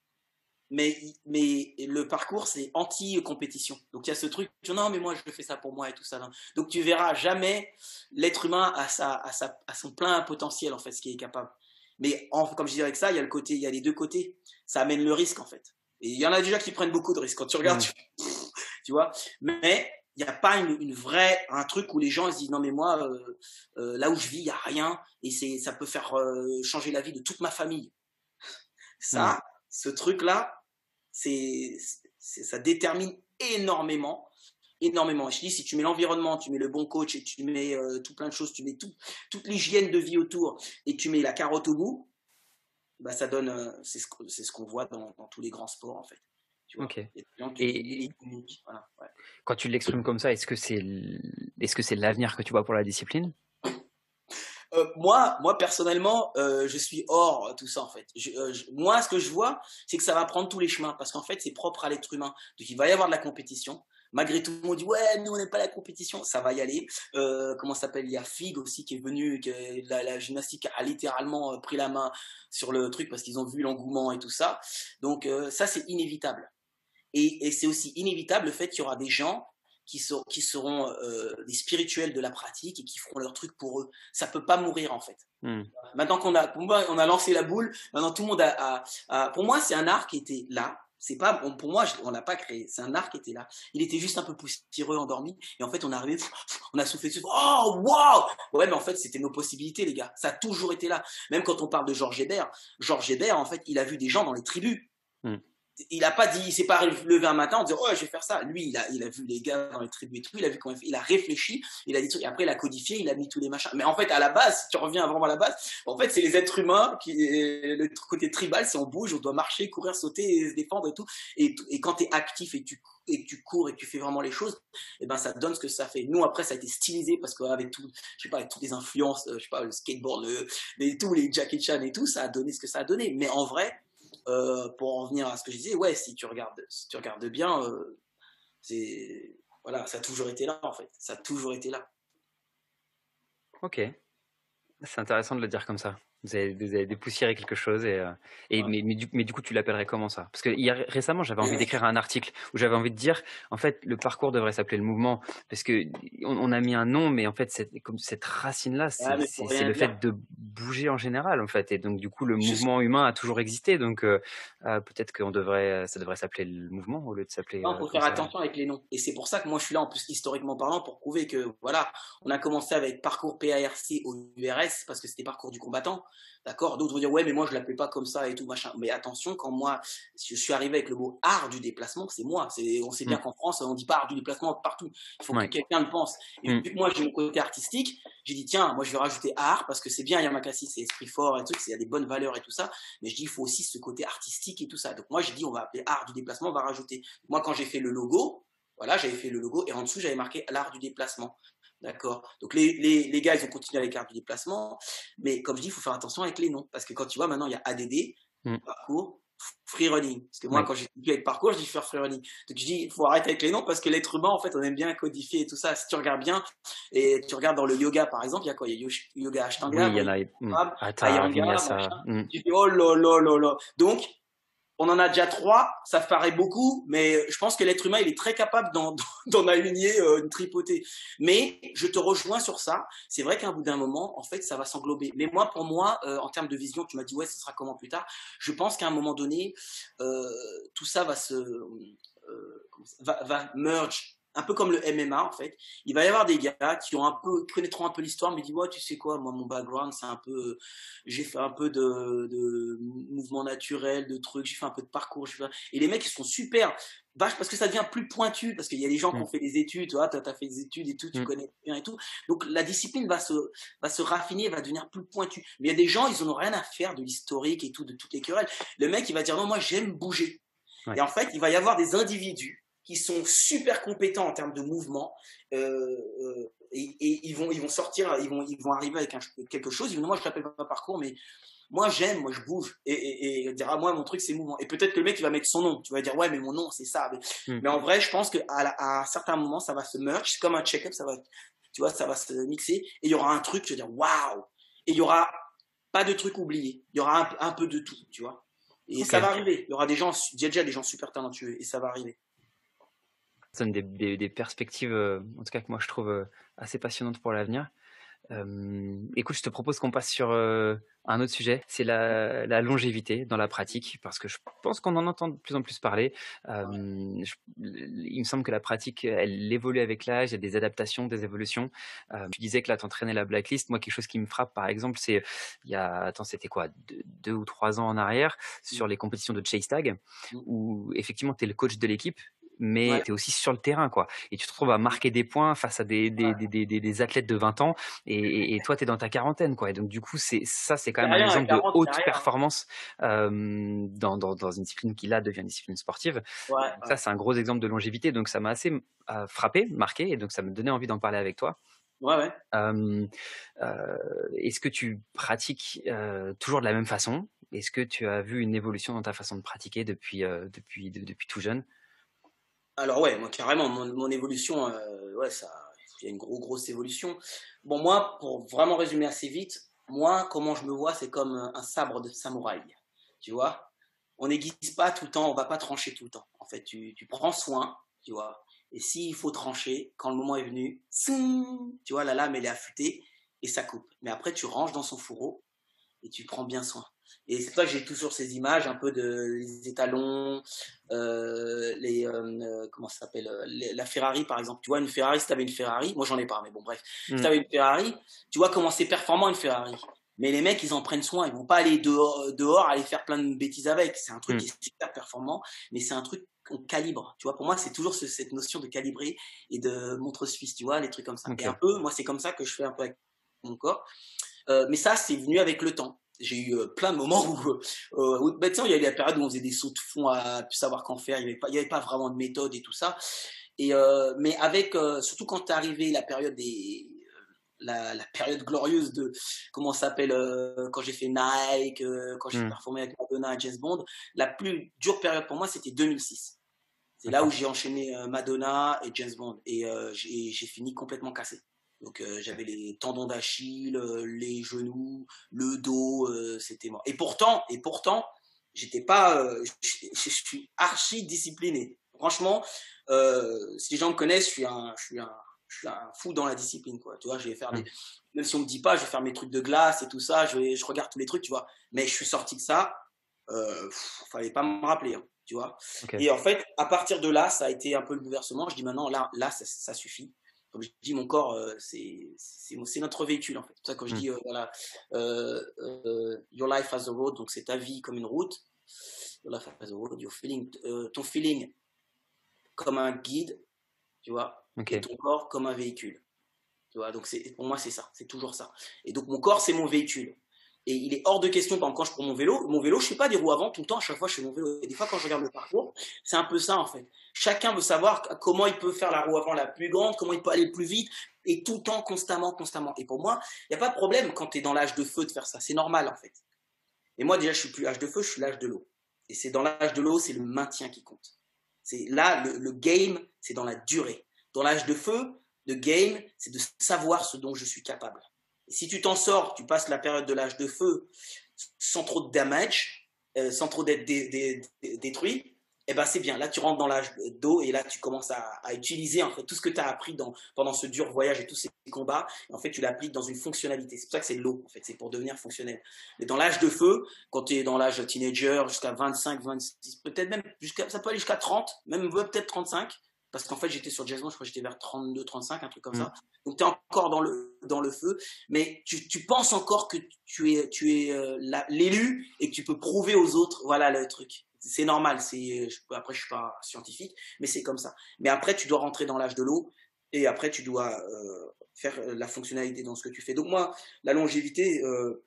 Mais, mais le parcours, c'est anti-compétition. Donc, il y a ce truc, non, mais moi, je fais ça pour moi et tout ça. Non. Donc, tu verras jamais l'être humain à, sa, à, sa, à son plein potentiel, en fait, ce qu'il est capable. Mais en, comme je disais avec ça, il y a le côté, il y a les deux côtés. Ça amène le risque, en fait. Et il y en a déjà qui prennent beaucoup de risques. Quand tu regardes, mmh. tu, tu vois. Mais il n'y a pas une, une vraie, un truc où les gens se disent, non, mais moi, euh, euh, là où je vis, il n'y a rien. Et c'est, ça peut faire euh, changer la vie de toute ma famille. Ça, mmh. ce truc-là, c'est, c'est, ça détermine énormément, énormément. Et je dis, si tu mets l'environnement, tu mets le bon coach et tu mets euh, tout plein de choses, tu mets tout, toute l'hygiène de vie autour et tu mets la carotte au bout, bah ça donne, euh, c'est, ce, c'est ce qu'on voit dans, dans tous les grands sports en fait. Tu vois, okay. il y a des gens qui et uniques, voilà, ouais. Quand tu l'exprimes comme ça, est-ce que c'est, est-ce que c'est l'avenir que tu vois pour la discipline? Euh, moi, moi personnellement, euh, je suis hors tout ça en fait. Je, euh, je, moi, ce que je vois, c'est que ça va prendre tous les chemins parce qu'en fait, c'est propre à l'être humain. Donc, il va y avoir de la compétition. Malgré tout, le monde dit ouais, nous on n'aime pas la compétition, ça va y aller. Euh, comment ça s'appelle? Il y a Fig aussi qui est venu, que la, la gymnastique a littéralement pris la main sur le truc parce qu'ils ont vu l'engouement et tout ça. Donc euh, ça, c'est inévitable. Et, et c'est aussi inévitable le fait qu'il y aura des gens qui, sont, qui seront euh, des spirituels de la pratique et qui feront leur truc pour eux. Ça peut pas mourir en fait. Mm. Maintenant qu'on a, pour moi, on a lancé la boule, maintenant tout le monde a, a, a pour moi c'est un art qui était là. C'est pas, pour moi, on l'a pas créé. C'est un art qui était là. Il était juste un peu poussiéreux, endormi. Et en fait, on est arrivé, on a soufflé dessus. Oh, waouh! Ouais, mais en fait, c'était nos possibilités, les gars. Ça a toujours été là. Même quand on parle de Georges Hébert, Georges Hébert, en fait, il a vu des gens dans les tribus. Mm. Il a pas dit, il s'est pas levé un matin en disant, oh, je vais faire ça. Lui, il a, il a vu les gars dans les tribus et tout, il a vu comment il a réfléchi, il a dit trucs, et après, il a codifié, il a mis tous les machins. Mais en fait, à la base, si tu reviens vraiment à la base, en fait, c'est les êtres humains qui, le côté tribal, c'est on bouge, on doit marcher, courir, sauter, et se défendre et tout. Et, et quand t'es actif et tu, et que tu cours et que tu fais vraiment les choses, et ben, ça donne ce que ça fait. Nous, après, ça a été stylisé parce qu'avec tout, je sais pas, avec toutes les influences, je sais pas, le skateboard, le, les, tous les Jackie Chan et tout, ça a donné ce que ça a donné. Mais en vrai, Euh, pour en revenir à ce que je disais, ouais, si tu regardes, si tu regardes bien, euh, c'est, voilà, ça a toujours été là en fait, ça a toujours été là. Ok, c'est intéressant de le dire comme ça. Vous avez, vous avez dépoussiéré quelque chose et, euh, et Ouais. mais, mais, du, mais du coup tu l'appellerais comment ça? Parce que hier, récemment j'avais envie d'écrire un article où j'avais envie de dire en fait le parcours devrait s'appeler le mouvement parce que on, on a mis un nom mais en fait cette, comme cette racine là Ah, c'est, mais faut c'est, c'est rien le dire. fait de bouger en général en fait et donc du coup le Je mouvement humain a toujours existé donc euh, euh, peut-être qu'on devrait ça devrait s'appeler le mouvement au lieu de s'appeler Il euh, faut comme faire ça. attention avec les noms. Et c'est pour ça que moi je suis là, en plus historiquement parlant, pour prouver que voilà, on a commencé avec parcours P A R C au U R S parce que c'était parcours du combattant. D'accord. D'autres vont dire ouais, mais moi je l'appelais pas comme ça et tout machin. Mais attention, quand moi je suis arrivé avec le mot art du déplacement, c'est moi. C'est, on sait bien Mm. qu'en France, on dit pas art du déplacement partout. Il faut que Ouais. quelqu'un le pense. Et Mm. vu que moi j'ai mon côté artistique, j'ai dit tiens, moi je vais rajouter art parce que c'est bien Yamakasi, c'est esprit fort et tout, il y a des bonnes valeurs et tout ça. Mais je dis il faut aussi ce côté artistique et tout ça. Donc moi j'ai dit on va appeler art du déplacement, on va rajouter. Moi, quand j'ai fait le logo, voilà, j'avais fait le logo et en dessous, j'avais marqué l'art du déplacement. D'accord. Donc, les, les, les gars, ils ont continué avec l'art du déplacement. Mais comme je dis, il faut faire attention avec les noms. Parce que quand tu vois, maintenant, il y a A D D, Mm. parcours, free running. Parce que moi, Ouais. quand j'ai plus avec parcours, je dis faire free running. Donc, je dis, il faut arrêter avec les noms parce que l'être humain, en fait, on aime bien codifier et tout ça. Si tu regardes bien, et tu regardes dans le yoga, par exemple, il y a quoi? Il y a yoga Oui, Ashtanga, il y en a. Mm. Hatha, Ayanga, Vinyasa. machin. Mm. Tu dis, oh là là là là. Donc, on en a déjà trois, ça paraît beaucoup, mais je pense que l'être humain, il est très capable d'en, d'en aligner euh, une tripotée. Mais je te rejoins sur ça. C'est vrai qu'à un bout d'un moment, en fait, ça va s'englober. Mais moi, pour moi, euh, en termes de vision, tu m'as dit, ouais, ce sera comment plus tard. Je pense qu'à un moment donné, euh, tout ça va se, euh, va, va merge. Un peu comme le M M A, en fait. Il va y avoir des gars qui ont un peu, qui connaîtront un peu l'histoire, mais disent, ouais, tu sais quoi, moi, mon background, c'est un peu, j'ai fait un peu de, de mouvement naturel, de trucs, j'ai fait un peu de parcours, j'ai fait... et les mecs, ils sont super, vache, parce que ça devient plus pointu, parce qu'il y a des gens Mm. qui ont fait des études, tu vois, toi, t'as fait des études et tout, tu Mm. connais bien et tout. Donc, la discipline va se, va se raffiner, va devenir plus pointue. Mais il y a des gens, ils n'ont rien à faire de l'historique et tout, de toutes les querelles. Le mec, il va dire, non, moi, j'aime bouger. Ouais. Et en fait, il va y avoir des individus qui sont super compétents en termes de mouvement, euh, euh, et, et ils vont, ils vont sortir, ils vont, ils vont arriver avec un, quelque chose. Ils vont dire, moi, je l'appelle pas parcours, mais moi, j'aime, moi, je bouge. Et, et, et dire, ah, moi, mon truc, c'est mouvement. Et peut-être que le mec, il va mettre son nom. Tu vas dire, ouais, mais mon nom, c'est ça. Mais, Mm. mais en vrai, je pense qu'à à un certain moment, ça va se merge. C'est comme un check-up, ça va, tu vois, ça va se mixer. Et il y aura un truc, je veux dire, waouh! Et il y aura pas de truc oublié. Il y aura un, un peu de tout, tu vois. Et Ok. ça va arriver. Il y aura des gens, il y a déjà des gens super talentueux. Et ça va arriver. Ça donne des, des, des perspectives, euh, en tout cas que moi je trouve euh, assez passionnantes pour l'avenir. Euh, écoute, je te propose qu'on passe sur euh, un autre sujet, c'est la, la longévité dans la pratique, parce que je pense qu'on en entend de plus en plus parler. Euh, je- il me semble que la pratique, elle évolue avec l'âge, il y a des adaptations, des évolutions. Euh, tu disais que là, t'entraînais la blacklist. Moi, quelque chose qui me frappe, par exemple, c'est il y a, attends, c'était quoi, deux, deux ou trois ans en arrière, sur les compétitions de chase tag, où effectivement, tu es le coach de l'équipe, mais Ouais. tu es aussi sur le terrain, quoi. Et tu te trouves à marquer des points face à des, des, des, des, des, des athlètes de vingt ans, et, et, et toi, tu es dans ta quarantaine, quoi. Et donc, du coup, c'est, ça, c'est quand C'est même un rien, à exemple de quarante, c'est haute rien. performance euh, dans, dans, dans une discipline qui, là, devient une discipline sportive. Ouais, Donc, ouais. ça, c'est un gros exemple de longévité. Donc, ça m'a assez euh, frappé, marqué, et donc, ça me donnait envie d'en parler avec toi. Ouais, ouais. Euh, euh, est-ce que tu pratiques euh, toujours de la même façon? Est-ce que tu as vu une évolution dans ta façon de pratiquer depuis, euh, depuis, de, depuis tout jeune? Alors ouais, moi carrément, mon, mon évolution, euh, ouais, ça, il y a une grosse grosse évolution. Bon moi, pour vraiment résumer assez vite, moi comment je me vois, c'est comme un, un sabre de samouraï, tu vois. On n'aiguise pas tout le temps, on va pas trancher tout le temps. En fait, tu, tu prends soin, tu vois. Et s'il faut trancher, quand le moment est venu, tsing, tu vois, la lame elle est affûtée et ça coupe. Mais après tu ranges dans son fourreau et tu prends bien soin. Et c'est pour ça que j'ai toujours ces images un peu de les étalons, euh, les euh, comment ça s'appelle, les, la Ferrari par exemple. Tu vois une Ferrari, si tu avais une Ferrari, moi j'en ai pas, mais bon bref, Mm. si tu avais une Ferrari, tu vois comment c'est performant une Ferrari. Mais les mecs, ils en prennent soin. Ils vont pas aller dehors, dehors aller faire plein de bêtises avec. C'est un truc Mm. qui est super performant, mais c'est un truc qu'on calibre. Tu vois, pour moi, c'est toujours ce, cette notion de calibrer et de montre suisse. Tu vois, les trucs comme ça. Okay. Et un peu, moi, c'est comme ça que je fais un peu avec mon corps. Euh, mais ça, c'est venu avec le temps. J'ai eu euh, plein de moments où, euh, où bah, il y a eu la période où on faisait des sauts de fond à plus savoir qu'en faire. Il n'y avait pas, il y avait pas vraiment de méthode et tout ça. Et euh, mais avec, euh, surtout quand t'es arrivé la période des, la, la période glorieuse de, comment ça s'appelle, euh, quand j'ai fait Nike, euh, quand j'ai Mm. performé avec Madonna et James Bond, la plus dure période pour moi, c'était deux mille six. C'est D'accord. là où j'ai enchaîné euh, Madonna et James Bond et euh, j'ai, j'ai fini complètement cassé. Donc euh, j'avais les tendons d'Achille, euh, les genoux, le dos, euh, c'était mort. Et pourtant, et pourtant, j'étais pas, euh, je, je suis archi discipliné. Franchement, euh, si les gens me connaissent, je suis un, je suis un, je suis un fou dans la discipline, quoi. Tu vois, je vais faire des, même si on me dit pas, je vais faire mes trucs de glace et tout ça. Je vais, je regarde tous les trucs, tu vois. Mais je suis sorti de ça. Euh, pff, fallait pas me rappeler, hein, tu vois. Ok. Et en fait, à partir de là, ça a été un peu le bouleversement. Je dis maintenant, là, là, ça, ça suffit. Comme je dis, mon corps, euh, c'est, c'est, c'est notre véhicule, en fait. C'est pour ça que quand je Mm. dis, euh, voilà, euh, euh, your life as a road, donc c'est ta vie comme une route. Your life as a road, your feeling, euh, ton feeling comme un guide, tu vois, Ok. et ton corps comme un véhicule. Tu vois, donc c'est, pour moi, c'est ça, c'est toujours ça. Et donc mon corps, c'est mon véhicule. Et il est hors de question, par exemple, quand je prends mon vélo, mon vélo, je fais pas des roues avant tout le temps, à chaque fois je fais mon vélo. Et des fois, quand je regarde le parcours, c'est un peu ça en fait. Chacun veut savoir comment il peut faire la roue avant la plus grande, comment il peut aller plus vite, et tout le temps, constamment, constamment. Et pour moi, il n'y a pas de problème quand tu es dans l'âge de feu de faire ça, c'est normal en fait. Et moi, déjà, je suis plus l'âge de feu, je suis l'âge de l'eau. Et c'est dans l'âge de l'eau, c'est le maintien qui compte. C'est là, le, le game, c'est dans la durée. Dans l'âge de feu, le game, c'est de savoir ce dont je suis capable. Et si tu t'en sors, tu passes la période de l'âge de feu sans trop de damage, euh, sans trop d'être dé, dé, dé, détruit, eh ben c'est bien. Là, tu rentres dans l'âge d'eau et là, tu commences à, à utiliser en fait tout ce que tu as appris dans, pendant ce dur voyage et tous ces combats. Et en fait, tu l'appliques dans une fonctionnalité. C'est pour ça que c'est de l'eau, en fait. C'est pour devenir fonctionnel. Mais dans l'âge de feu, quand tu es dans l'âge teenager, jusqu'à vingt-cinq, vingt-six, peut-être même jusqu'à, ça peut aller jusqu'à trente, même peut-être trente-cinq. Parce qu'en fait, j'étais sur Jazzman, je crois que j'étais vers trente-deux, trente-cinq, un truc comme mmh. ça. Donc, tu es encore dans le, dans le feu, mais tu, tu penses encore que tu es, tu es euh, la, l'élu et que tu peux prouver aux autres, voilà le truc. C'est normal, c'est, je, après, je suis pas scientifique, mais c'est comme ça. Mais après, tu dois rentrer dans l'âge de l'eau et après, tu dois euh, faire la fonctionnalité dans ce que tu fais. Donc, moi, la longévité, euh,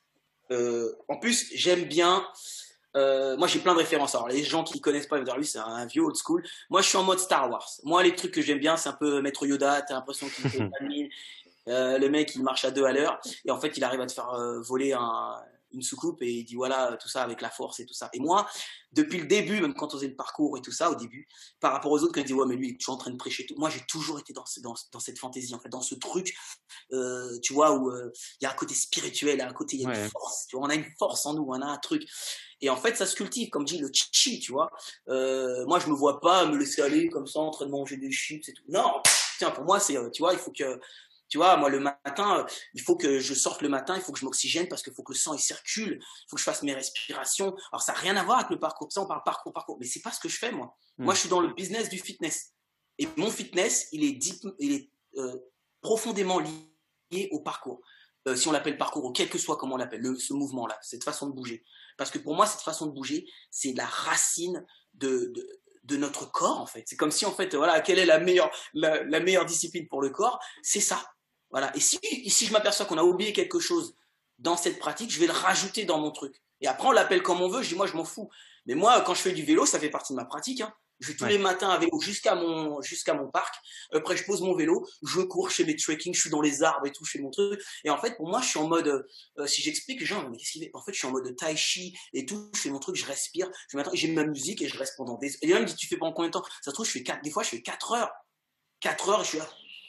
euh, en plus, j'aime bien. Euh, moi j'ai plein de références. Alors les gens qui connaissent pas, ils vont dire lui c'est un vieux old school. Moi je suis en mode Star Wars. Moi les trucs que j'aime bien c'est un peu Maître Yoda. T'as l'impression qu'il fait pas de mine. Euh, le mec il marche à deux à l'heure et en fait il arrive à te faire euh, voler un, une soucoupe et il dit voilà tout ça avec la force et tout ça. Et moi depuis le début, même quand on faisait le parcours et tout ça au début, par rapport aux autres qui disaient ouais mais lui il est toujours en train de prêcher tout. Moi j'ai toujours été dans, dans, dans cette fantaisie en fait, dans ce truc euh, tu vois où il euh, y a un côté spirituel, il y a un côté il y a une ouais. force. Tu vois, on a une force en nous, on a un truc. Et en fait, ça se cultive, comme dit le chi, tu vois. Euh, moi, je me vois pas me laisser aller comme ça en train de manger des chips et tout. Non, tiens, pour moi, c'est, tu vois, il faut que, tu vois, moi, le matin, il faut que je sorte le matin, il faut que je m'oxygène parce qu'il faut que le sang, il circule, il faut que je fasse mes respirations. Alors, ça n'a rien à voir avec le parcours. Ça, on parle parcours, parcours. Mais c'est pas ce que je fais, moi. Mmh. Moi, je suis dans le business du fitness. Et mon fitness, il est, deep, il est euh, profondément lié au parcours. Euh, si on l'appelle parcours, ou quel que soit comment on l'appelle, le, ce mouvement-là, cette façon de bouger. Parce que pour moi, cette façon de bouger, c'est la racine de, de, de notre corps, en fait. C'est comme si, en fait, voilà, quelle est la meilleure, la, la meilleure discipline pour le corps? C'est ça. Voilà. Et si, si je m'aperçois qu'on a oublié quelque chose dans cette pratique, je vais le rajouter dans mon truc. Et après, on l'appelle comme on veut. Je dis, moi, je m'en fous. Mais moi, quand je fais du vélo, ça fait partie de ma pratique, hein. Je vais tous ouais. les matins à vélo jusqu'à mon, jusqu'à mon parc. Après, je pose mon vélo, je cours, je fais mes trekking, je suis dans les arbres et tout, je fais mon truc. Et en fait, pour moi, je suis en mode, euh, si j'explique, les gens, mais qu'est-ce qu'il fait? En fait, je suis en mode tai chi et tout, je fais mon truc, je respire. Je m'attends, j'ai ma musique et je reste pendant des, et il y en a qui me disent, tu fais pendant combien de temps? Ça se trouve, je fais quatre, des fois, je fais quatre heures. quatre heures et je suis là.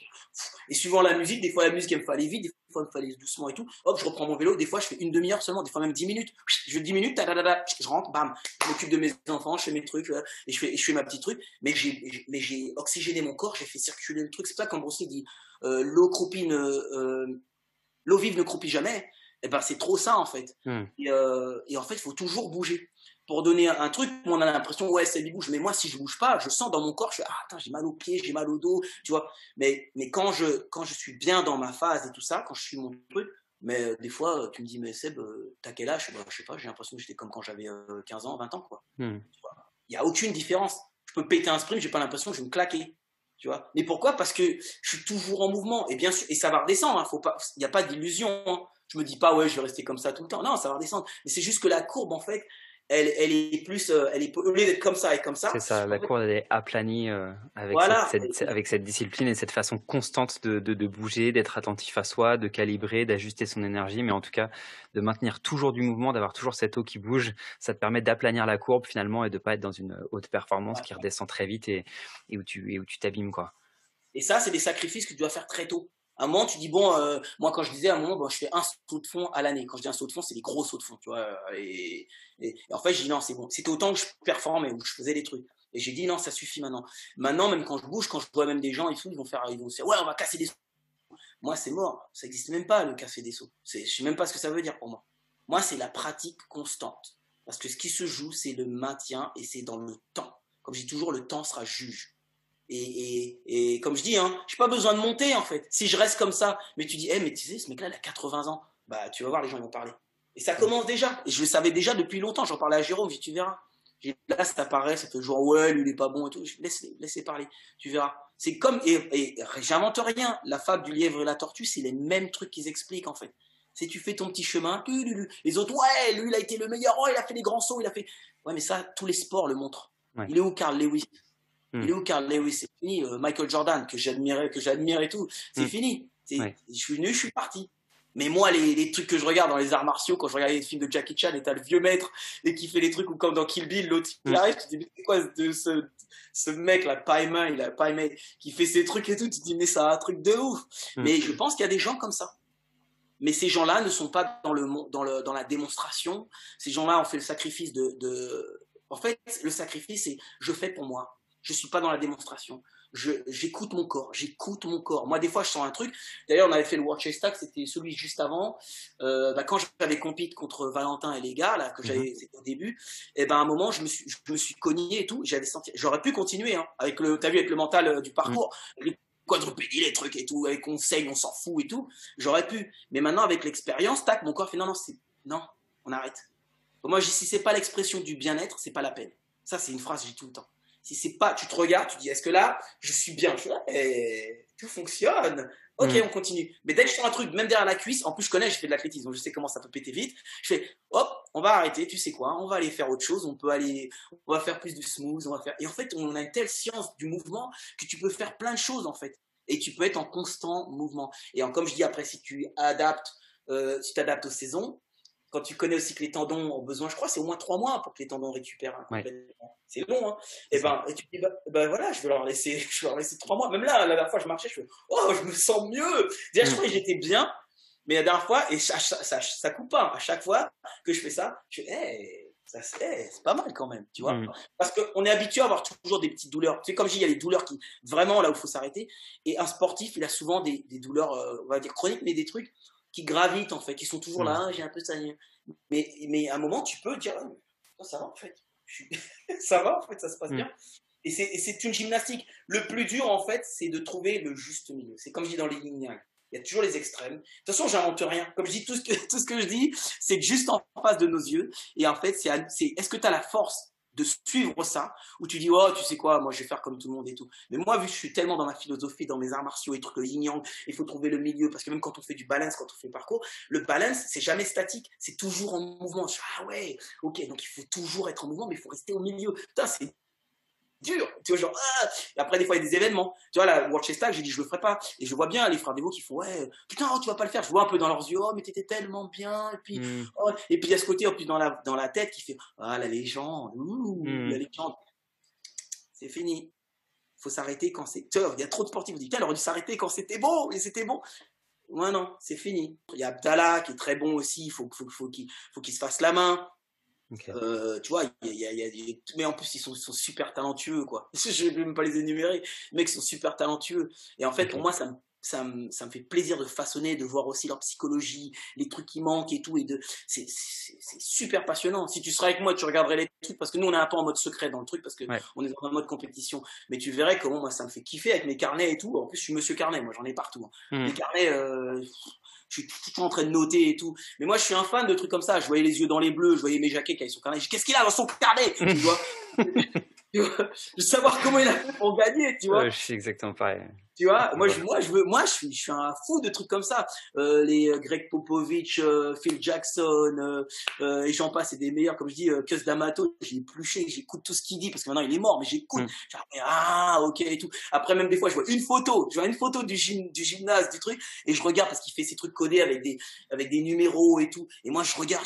Et suivant la musique, des fois la musique elle me fait aller vite, des fois elle me fait aller doucement et tout. Hop, je reprends mon vélo, des fois je fais une demi-heure seulement, des fois même dix minutes. Je fais dix minutes, je rentre, bam, je m'occupe de mes enfants, je fais mes trucs, et je fais, et je fais ma petite truc. Mais j'ai, mais j'ai oxygéné mon corps, j'ai fait circuler le truc. C'est ça quand Bruce Lee dit euh, l'eau croupie ne, euh, l'eau vive ne croupit jamais. Et ben c'est trop ça en fait. Mm. Et, euh, et en fait, il faut toujours bouger. Pour donner un truc, on a l'impression, ouais, ça lui bouge. Mais moi, si je bouge pas, je sens dans mon corps, je suis, ah, attends, j'ai mal aux pieds, j'ai mal au dos, tu vois. Mais, mais quand je, quand je suis bien dans ma phase et tout ça, quand je suis mon truc, mais euh, des fois, tu me dis, mais Seb, euh, t'as quel âge? Bah, je sais pas, j'ai l'impression que j'étais comme quand j'avais euh, quinze ans, vingt ans, quoi. Hmm. Il y a aucune différence. Je peux péter un sprint, j'ai pas l'impression que je vais me claquer. Tu vois. Mais pourquoi? Parce que je suis toujours en mouvement. Et bien sûr, et ça va redescendre, hein, faut pas, il n'y a pas d'illusion, hein. Je me dis pas, ouais, je vais rester comme ça tout le temps. Non, ça va redescendre. Mais c'est juste que la courbe, en fait, Elle, elle est plus, euh, elle est au lieu d'être comme ça et comme ça. C'est ça, la courbe elle est aplanie euh, avec, voilà. cette, cette, avec cette discipline et cette façon constante de, de, de bouger, d'être attentif à soi, de calibrer, d'ajuster son énergie, mais en tout cas de maintenir toujours du mouvement, d'avoir toujours cette eau qui bouge. Ça te permet d'aplanir la courbe finalement et de pas être dans une haute performance ouais. qui redescend très vite et, et où tu et où tu t'abîmes quoi. Et ça, c'est des sacrifices que tu dois faire très tôt. À un moment, tu dis, bon, euh, moi, quand je disais, à un moment, bon, je fais un saut de fond à l'année. Quand je dis un saut de fond, c'est des gros sauts de fond, tu vois. Et, et, et en fait, j'ai dit, non, c'est bon. C'était autant que je performais ou que je faisais des trucs. Et j'ai dit, non, ça suffit maintenant. Maintenant, même quand je bouge, quand je vois même des gens et tout, ils vont faire, ils vont se dire, ouais, on va casser des sauts. Moi, c'est mort. Ça n'existe même pas, le casser des sauts. C'est, je sais même pas ce que ça veut dire pour moi. Moi, c'est la pratique constante. Parce que ce qui se joue, c'est le maintien et c'est dans le temps. Comme je dis toujours, le temps sera juge. Et, et, et comme je dis, hein, j'ai pas besoin de monter en fait. Si je reste comme ça, mais tu dis, hey, mais tu sais, ce mec-là, il a quatre-vingts ans. Bah, tu vas voir, les gens ils vont parler. Et ça commence déjà. Et je le savais déjà depuis longtemps. J'en parlais à Jérôme, je dis, tu verras. J'ai, là, ça apparaît, ça fait genre, ouais, lui, il est pas bon et tout. Laisse-les, laissez parler. Tu verras. C'est comme, et, et j'invente rien. La fable du lièvre et la tortue, c'est les mêmes trucs qu'ils expliquent en fait. C'est tu fais ton petit chemin, les autres, ouais, lui, il a été le meilleur, oh, il a fait les grands sauts, il a fait. Ouais, mais ça, tous les sports le montrent. Ouais. Il est où Carl Lewis? Il est où Carl Lewis? C'est fini. Euh, Michael Jordan, que j'admirais, que j'admire et tout, c'est mm. fini. C'est, ouais. Je suis venu, je suis parti. Mais moi, les, les trucs que je regarde dans les arts martiaux, quand je regarde les films de Jackie Chan et t'as le vieux maître et qui fait les trucs ou comme dans Kill Bill, l'autre il mm. arrive, tu te dis mais c'est quoi de ce, ce mec là, Paimon, il a Paimon, qui fait ces trucs et tout, tu te dis mais c'est un truc de ouf. Mm. Mais je pense qu'il y a des gens comme ça. Mais ces gens-là ne sont pas dans le dans le dans la démonstration. Ces gens-là ont fait le sacrifice de, de... En fait, le sacrifice, c'est je fais pour moi. Je suis pas dans la démonstration. Je, j'écoute mon corps, j'écoute mon corps. Moi, des fois, je sens un truc. D'ailleurs, on avait fait le World Chase Tag, c'était celui juste avant. Euh, bah, quand j'avais compete contre Valentin et les gars, là, que j'avais, mm-hmm. c'était au début, et ben, à un moment, je me suis, je me suis cogné et tout. J'avais senti, j'aurais pu continuer, hein, avec le, t'as vu, avec le mental euh, du parcours, mm-hmm. les quadrupédies, les trucs et tout, avec on saigne, on s'en fout et tout. J'aurais pu. Mais maintenant, avec l'expérience, tac, mon corps fait non, non, c'est, non, on arrête. Moi, si c'est pas l'expression du bien-être, c'est pas la peine. Ça, c'est une phrase que j'ai tout le temps. Si c'est pas, tu te regardes, tu dis, est-ce que là, je suis bien? Je suis là, et tout fonctionne. Ok, mmh. on continue. Mais dès que je sens un truc, même derrière la cuisse, en plus, je connais, j'ai fait de l'athlétisme, donc je sais comment ça peut péter vite. Je fais, hop, on va arrêter, tu sais quoi, on va aller faire autre chose, on peut aller, on va faire plus du smooth, on va faire, et en fait, on a une telle science du mouvement que tu peux faire plein de choses, en fait. Et tu peux être en constant mouvement. Et en, comme je dis après, si tu adaptes, euh, si tu t'adaptes aux saisons, quand tu connais aussi que les tendons ont besoin, je crois, c'est au moins trois mois pour que les tendons récupèrent. Hein, ouais. C'est long, hein. Et ben, et tu dis, bah, bah voilà, je vais leur laisser, je vais leur laisser trois mois. Même là, la dernière fois, je marchais, je fais, oh, je me sens mieux. Déjà, je crois que j'étais bien, mais la dernière fois, et ça, ça, ça, ça coupe pas. À chaque fois que je fais ça, je fais, hey, ça, hey, c'est pas mal quand même, tu vois. Mm. Parce qu'on est habitué à avoir toujours des petites douleurs. Tu sais, comme je dis, il y a des douleurs qui, vraiment, là où il faut s'arrêter. Et un sportif, il a souvent des, des douleurs, euh, on va dire chroniques, mais des trucs qui gravitent, en fait, qui sont toujours là, hein, j'ai un peu ça. Mais, mais à un moment, tu peux dire, oh, ça va en fait, je suis... ça va en fait, ça se passe bien. Et c'est, et c'est une gymnastique. Le plus dur en fait, c'est de trouver le juste milieu. C'est comme je dis dans les lignes, il y a toujours les extrêmes. De toute façon, j'invente rien. Comme je dis, tout ce que, tout ce que je dis, c'est juste en face de nos yeux. Et en fait, c'est, c'est est-ce que tu as la force de suivre ça, ou tu dis, oh, tu sais quoi, moi, je vais faire comme tout le monde et tout. Mais moi, vu que je suis tellement dans ma philosophie, dans mes arts martiaux et trucs, le yin-yang, il faut trouver le milieu, parce que même quand on fait du balance, quand on fait le parcours, le balance, c'est jamais statique, c'est toujours en mouvement. Je dis, ah ouais, ok, donc il faut toujours être en mouvement, mais il faut rester au milieu. Putain, c'est dur, tu vois, genre, ah et après, des fois, il y a des événements. Tu vois, la World Chase Tag, j'ai dit, je le ferai pas. Et je vois bien les frères Devo qui font, ouais, putain, oh, tu vas pas le faire. Je vois un peu dans leurs yeux, oh, mais t'étais tellement bien. Et puis, mm. oh, et puis, il y a ce côté, en plus, dans la, dans la tête qui fait, ah, la légende, ouh, mm. la légende. C'est fini. Faut s'arrêter quand c'est tough. Il y a trop de sportifs. Vous dites, tiens, il aurait dû s'arrêter quand c'était bon, et c'était bon. Ouais, non, c'est fini. Il y a Abdallah qui est très bon aussi. Il faut, faut, faut, qu'il, faut qu'il se fasse la main. Okay. Euh, tu vois, il y a, il y a, il y a, mais en plus ils sont, ils sont super talentueux, quoi. Je vais même pas les énumérer. Les mecs sont super talentueux. Et en fait, okay. pour moi, ça me, ça me, ça me fait plaisir de façonner, de voir aussi leur psychologie, les trucs qui manquent et tout. Et de, c'est, c'est, c'est super passionnant. Si tu serais avec moi, tu regarderais les trucs parce que nous, on est un peu en mode secret dans le truc parce que ouais. on est en mode compétition. Mais tu verrais comment moi, ça me fait kiffer avec mes carnets et tout. En plus, je suis Monsieur Carnet. Moi, j'en ai partout. Hein. Mm. Les carnets. Euh, je suis tout en train de noter et tout. Mais moi, je suis un fan de trucs comme ça. Je voyais les yeux dans les bleus, je voyais mes jaquets qui avaient son carnet. Je dis, qu'est-ce qu'il a dans son carnet, tu vois? Tu vois, je veux savoir comment il a fait pour gagner, tu vois. Ouais, je suis exactement pareil. Tu vois, moi, je, moi, je veux, moi, je suis, je suis un fou de trucs comme ça. Euh, les euh, Greg Popovich, euh, Phil Jackson, euh, euh, et j'en passe, c'est des meilleurs. Comme je dis, euh, Cus D'Amato, j'ai épluché, j'écoute tout ce qu'il dit parce que maintenant il est mort, mais j'écoute. Mm. Genre, ah, ok et tout. Après, même des fois, je vois une photo, je vois une photo du gym, du gymnase, du truc, et je regarde parce qu'il fait ses trucs codés avec des, avec des numéros et tout. Et moi, je regarde, je fais,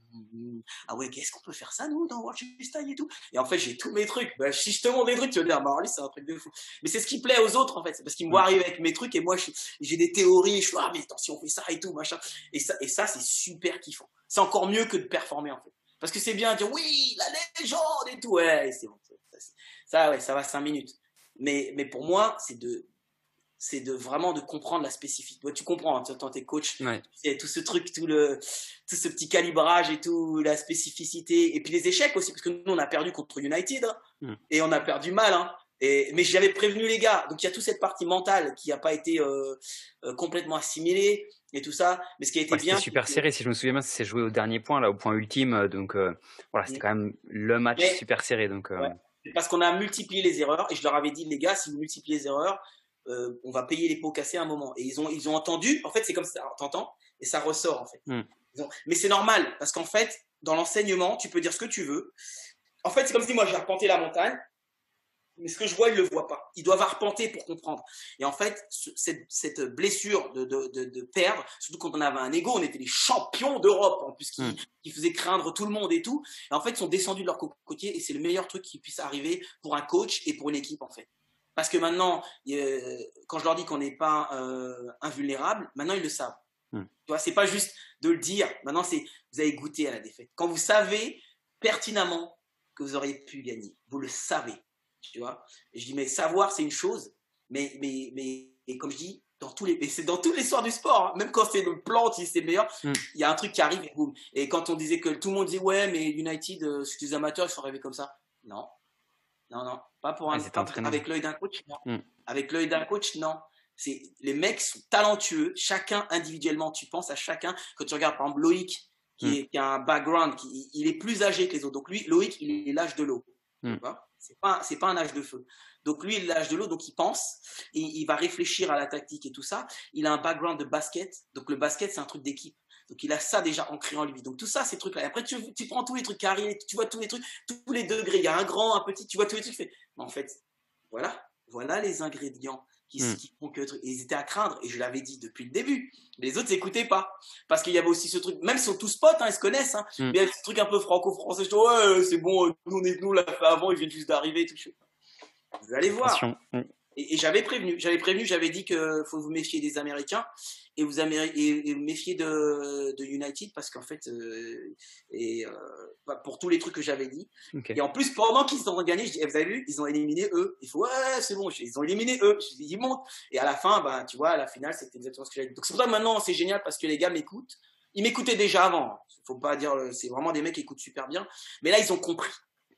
ah ouais, qu'est-ce qu'on peut faire ça, nous, dans Watch Your Style et tout. Et en fait, j'ai tous mes trucs. Bah, si je te montre des trucs, tu vas dire, bah, lui, c'est un truc de fou. Mais c'est ce qui plaît aux autres, en fait. C'est parce qu'ils me voient arriver avec mes trucs et moi, j'ai des théories. Je suis, ah, mais attention, on fait ça et tout, machin. Et ça, et ça c'est super kiffant. C'est encore mieux que de performer, en fait. Parce que c'est bien de dire, oui, la légende et tout. Ouais, c'est bon. Ça, ça, ouais, ça va cinq minutes. Mais, mais pour moi, c'est de, c'est de vraiment de comprendre la spécificité. Ouais, tu comprends, hein, quand t'es coach, ouais. tu sais, tout ce truc, tout le, tout ce petit calibrage et tout, la spécificité, et puis les échecs aussi, parce que nous on a perdu contre United, hein, mm. et on a perdu mal, hein, et, mais j'avais prévenu les gars, donc il y a toute cette partie mentale qui n'a pas été euh, euh, complètement assimilée et tout ça, mais ce qui a été ouais, bien. C'était super que... serré, si je me souviens bien, c'est joué au dernier point, là, au point ultime, donc euh, voilà, c'était mm. quand même le match mais, super serré, donc. Euh... Ouais, parce qu'on a multiplié les erreurs, et je leur avais dit, les gars, si vous multipliez les erreurs, Euh, on va payer les pots cassés à un moment. Et ils ont, ils ont entendu, en fait, c'est comme ça, t'entends, et ça ressort, en fait. Mm. Ont, mais c'est normal, parce qu'en fait, dans l'enseignement, tu peux dire ce que tu veux. En fait, c'est comme si moi, j'ai arpenté la montagne, mais ce que je vois, ils ne le voient pas. Ils doivent arpenter pour comprendre. Et en fait, cette, cette blessure de, de, de, de perdre, surtout quand on avait un ego, on était les champions d'Europe, en plus, qui, mm. qui faisaient craindre tout le monde et tout. Et en fait, ils sont descendus de leur cocotier, et c'est le meilleur truc qui puisse arriver pour un coach et pour une équipe, en fait. Parce que maintenant, euh, quand je leur dis qu'on n'est pas euh, invulnérable, maintenant ils le savent. Mm. Tu vois, c'est pas juste de le dire. Maintenant, c'est vous avez goûté à la défaite. Quand vous savez pertinemment que vous auriez pu gagner, vous le savez. Tu vois. Et je dis mais savoir c'est une chose, mais mais mais et comme je dis dans tous les, et c'est dans toutes les histoires du sport. Hein, même quand c'est le plan, si c'est meilleur, il mm. y a un truc qui arrive et boum. Et quand on disait que tout le monde disait ouais mais United, euh, c'est des amateurs, ils sont rêvés comme ça. Non. Non, non, pas pour un. Ouais, pas pour, avec l'œil d'un coach, non. Mm. Avec l'œil d'un coach, non. C'est, les mecs sont talentueux, chacun individuellement. Tu penses à chacun. Quand tu regardes, par exemple, Loïc, qui, mm. est, qui a un background, qui, il est plus âgé que les autres. Donc, lui, Loïc, il est l'âge de l'eau. Mm. Tu vois, c'est pas, c'est pas un âge de feu. Donc, lui, il est l'âge de l'eau, donc il pense, et il va réfléchir à la tactique et tout ça. Il a un background de basket. Donc, le basket, c'est un truc d'équipe. Donc, il a ça déjà ancré en lui. Donc, tout ça, ces trucs-là. Et après, tu, tu prends tous les trucs qui arrivent, tu vois tous les trucs, tous les degrés. Il y a un grand, un petit, tu vois tous les trucs. Tu fais, mais en fait, voilà, voilà les ingrédients qui, mm. qui font que ils étaient à craindre. Et je l'avais dit depuis le début. Les autres n'écoutaient pas. Parce qu'il y avait aussi ce truc, même si ils sont tous potes, hein, ils se connaissent, hein, mm. mais il y a ce truc un peu franco-français. Je dis, ouais, c'est bon, nous, on est, nous, on l'a fait avant, ils viennent juste d'arriver. Tout. Vous allez voir. Mm. Et, et j'avais prévenu, j'avais prévenu, j'avais dit qu'il faut vous méfier des Américains et vous, Améri- et, et vous méfier de, de United parce qu'en fait, euh, et, euh, pour tous les trucs que j'avais dit. Okay. Et en plus, pendant qu'ils ont gagné, je dis, vous avez vu, ils ont éliminé eux. Il faut, ouais, c'est bon, ils ont éliminé eux. Je dis, ils montent. Et à la fin, ben, tu vois, à la finale, c'était exactement ce que j'avais dit. Donc c'est pour ça que maintenant, c'est génial parce que les gars m'écoutent. Ils m'écoutaient déjà avant. Il faut pas dire, c'est vraiment des mecs qui écoutent super bien. Mais là, ils ont compris.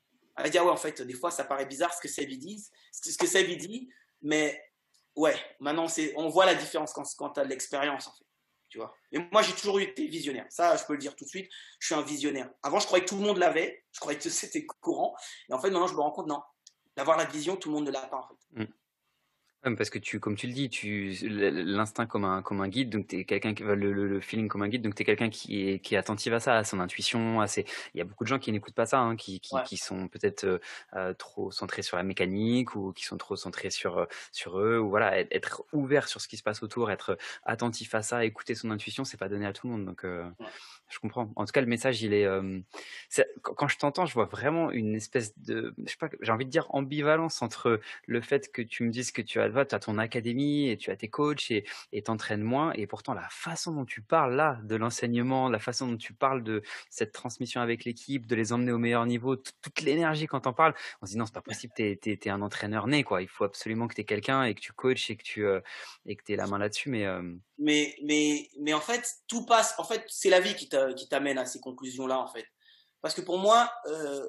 À dire, ouais, en fait, des fois, ça paraît bizarre ce que Seb dit, ce que Seb dit. Mais ouais, maintenant c'est, on voit la différence quand, quand tu as de l'expérience en fait, tu vois. Et moi j'ai toujours été visionnaire, ça je peux le dire tout de suite, je suis un visionnaire. Avant je croyais que tout le monde l'avait, je croyais que c'était courant, et en fait maintenant je me rends compte non, d'avoir la vision tout le monde ne l'a pas en fait. Mm. Parce que tu, comme tu le dis, tu l'instinct comme un comme un guide, donc t'es quelqu'un qui le, le, le feeling comme un guide, donc t'es quelqu'un qui est qui est attentif à ça, à son intuition, à ses. Il y a beaucoup de gens qui n'écoutent pas ça, hein, qui qui, ouais. qui sont peut-être euh, trop centrés sur la mécanique ou qui sont trop centrés sur sur eux ou voilà, être ouvert sur ce qui se passe autour, être attentif à ça, écouter son intuition, c'est pas donné à tout le monde, donc. Euh, ouais. Je comprends. En tout cas, le message, il est. Euh, c'est quand je t'entends, je vois vraiment une espèce de, je sais pas, j'ai envie de dire ambivalence entre le fait que tu me dises que tu as, tu as ton académie et tu as tes coachs et et t'entraînes moins, et pourtant la façon dont tu parles là de l'enseignement, la façon dont tu parles de cette transmission avec l'équipe, de les emmener au meilleur niveau, t- toute l'énergie quand t'en parles, on se dit non, c'est pas possible. T'es t'es t'es un entraîneur né quoi. Il faut absolument que t'aies quelqu'un et que tu coaches et que tu euh, et que t'aies la main là-dessus, mais. Euh... Mais, mais, mais en fait, tout passe. En fait, c'est la vie qui, t'a, qui t'amène à ces conclusions-là, en fait. Parce que pour moi, euh,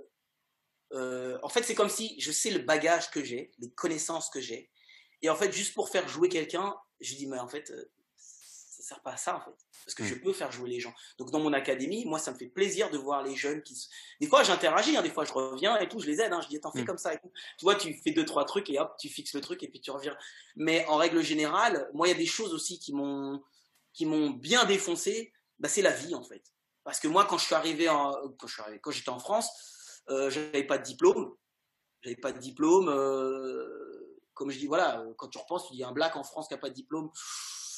euh, en fait, c'est comme si je sais le bagage que j'ai, les connaissances que j'ai. Et en fait, juste pour faire jouer quelqu'un, je dis, mais en fait, euh, ça sert pas à ça, en fait. Parce que mmh. je peux faire jouer les gens. Donc, dans mon académie, moi, ça me fait plaisir de voir les jeunes qui... Des fois, j'interagis, hein, des fois, je reviens et tout, je les aide. Hein, je dis, t'en fais mmh. comme ça et tout. Tu vois, tu fais deux, trois trucs et hop, tu fixes le truc et puis tu reviens. Mais en règle générale, moi, il y a des choses aussi qui m'ont, qui m'ont bien défoncé. Bah, c'est la vie, en fait. Parce que moi, quand je suis arrivé, en... quand, je suis arrivé... quand j'étais en France, euh, j'avais pas de diplôme. J'avais pas de diplôme. Euh... Comme je dis, voilà, quand tu repenses, tu dis un black en France qui a pas de diplôme.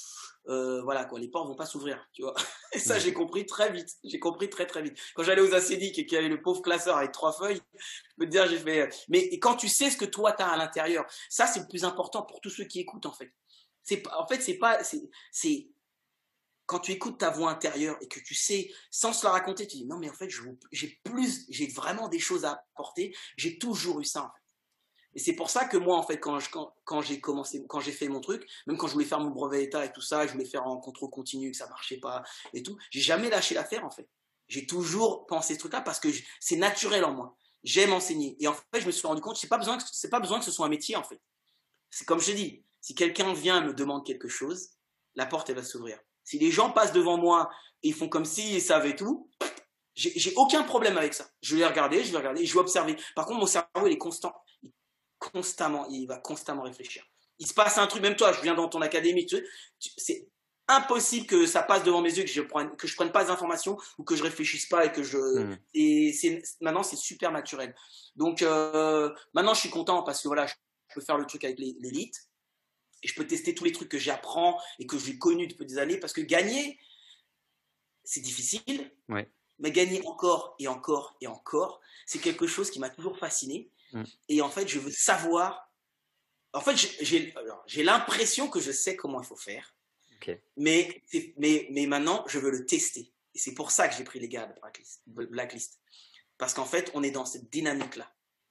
euh, voilà quoi, les portes vont pas s'ouvrir, tu vois. Et ça, Ouais. j'ai compris très vite. J'ai compris très très vite. Quand j'allais aux acédiques et qu'il y avait le pauvre classeur avec trois feuilles, je peux te dire, j'ai fait. Mais quand tu sais ce que toi t'as à l'intérieur, ça c'est le plus important pour tous ceux qui écoutent en fait. C'est pas, en fait, c'est pas, c'est, c'est quand tu écoutes ta voix intérieure et que tu sais, sans se la raconter, tu dis non mais en fait, je vous- j'ai plus, j'ai vraiment des choses à apporter. J'ai toujours eu ça en fait. Et c'est pour ça que moi, en fait, quand, je, quand, quand j'ai commencé, quand j'ai fait mon truc, même quand je voulais faire mon brevet d'état et tout ça, je voulais faire en contrôle continu, que ça marchait pas et tout, j'ai jamais lâché l'affaire, en fait. J'ai toujours pensé ce truc-là parce que je, c'est naturel en moi. J'aime enseigner. Et en fait, je me suis rendu compte, c'est pas besoin que, c'est pas besoin que ce soit un métier, en fait. C'est comme je dis, si quelqu'un vient et me demande quelque chose, la porte, elle va s'ouvrir. Si les gens passent devant moi et ils font comme s'ils savaient tout, j'ai, j'ai aucun problème avec ça. Je vais les regarder, je vais regarder, je vais observer. Par contre, mon cerveau, il est constant. Il constamment, il va constamment réfléchir. Il se passe un truc, même toi, je viens dans ton académie, tu, tu, c'est impossible que ça passe devant mes yeux, que je prenne, que je prenne pas des informations ou que je réfléchisse pas et que je, Mm. et c'est, maintenant c'est super naturel. Donc euh, maintenant je suis content parce que voilà, je peux faire le truc avec l'élite et je peux tester tous les trucs que j'apprends et que j'ai connus depuis des années parce que gagner, c'est difficile, Ouais. mais gagner encore et encore et encore, c'est quelque chose qui m'a toujours fasciné. Mm. Et en fait, je veux savoir. En fait, j'ai, j'ai l'impression que je sais comment il faut faire. Okay. Mais, mais, mais maintenant, je veux le tester. Et c'est pour ça que j'ai pris les gars de Blacklist. Blacklist. Parce qu'en fait, on est dans cette dynamique-là.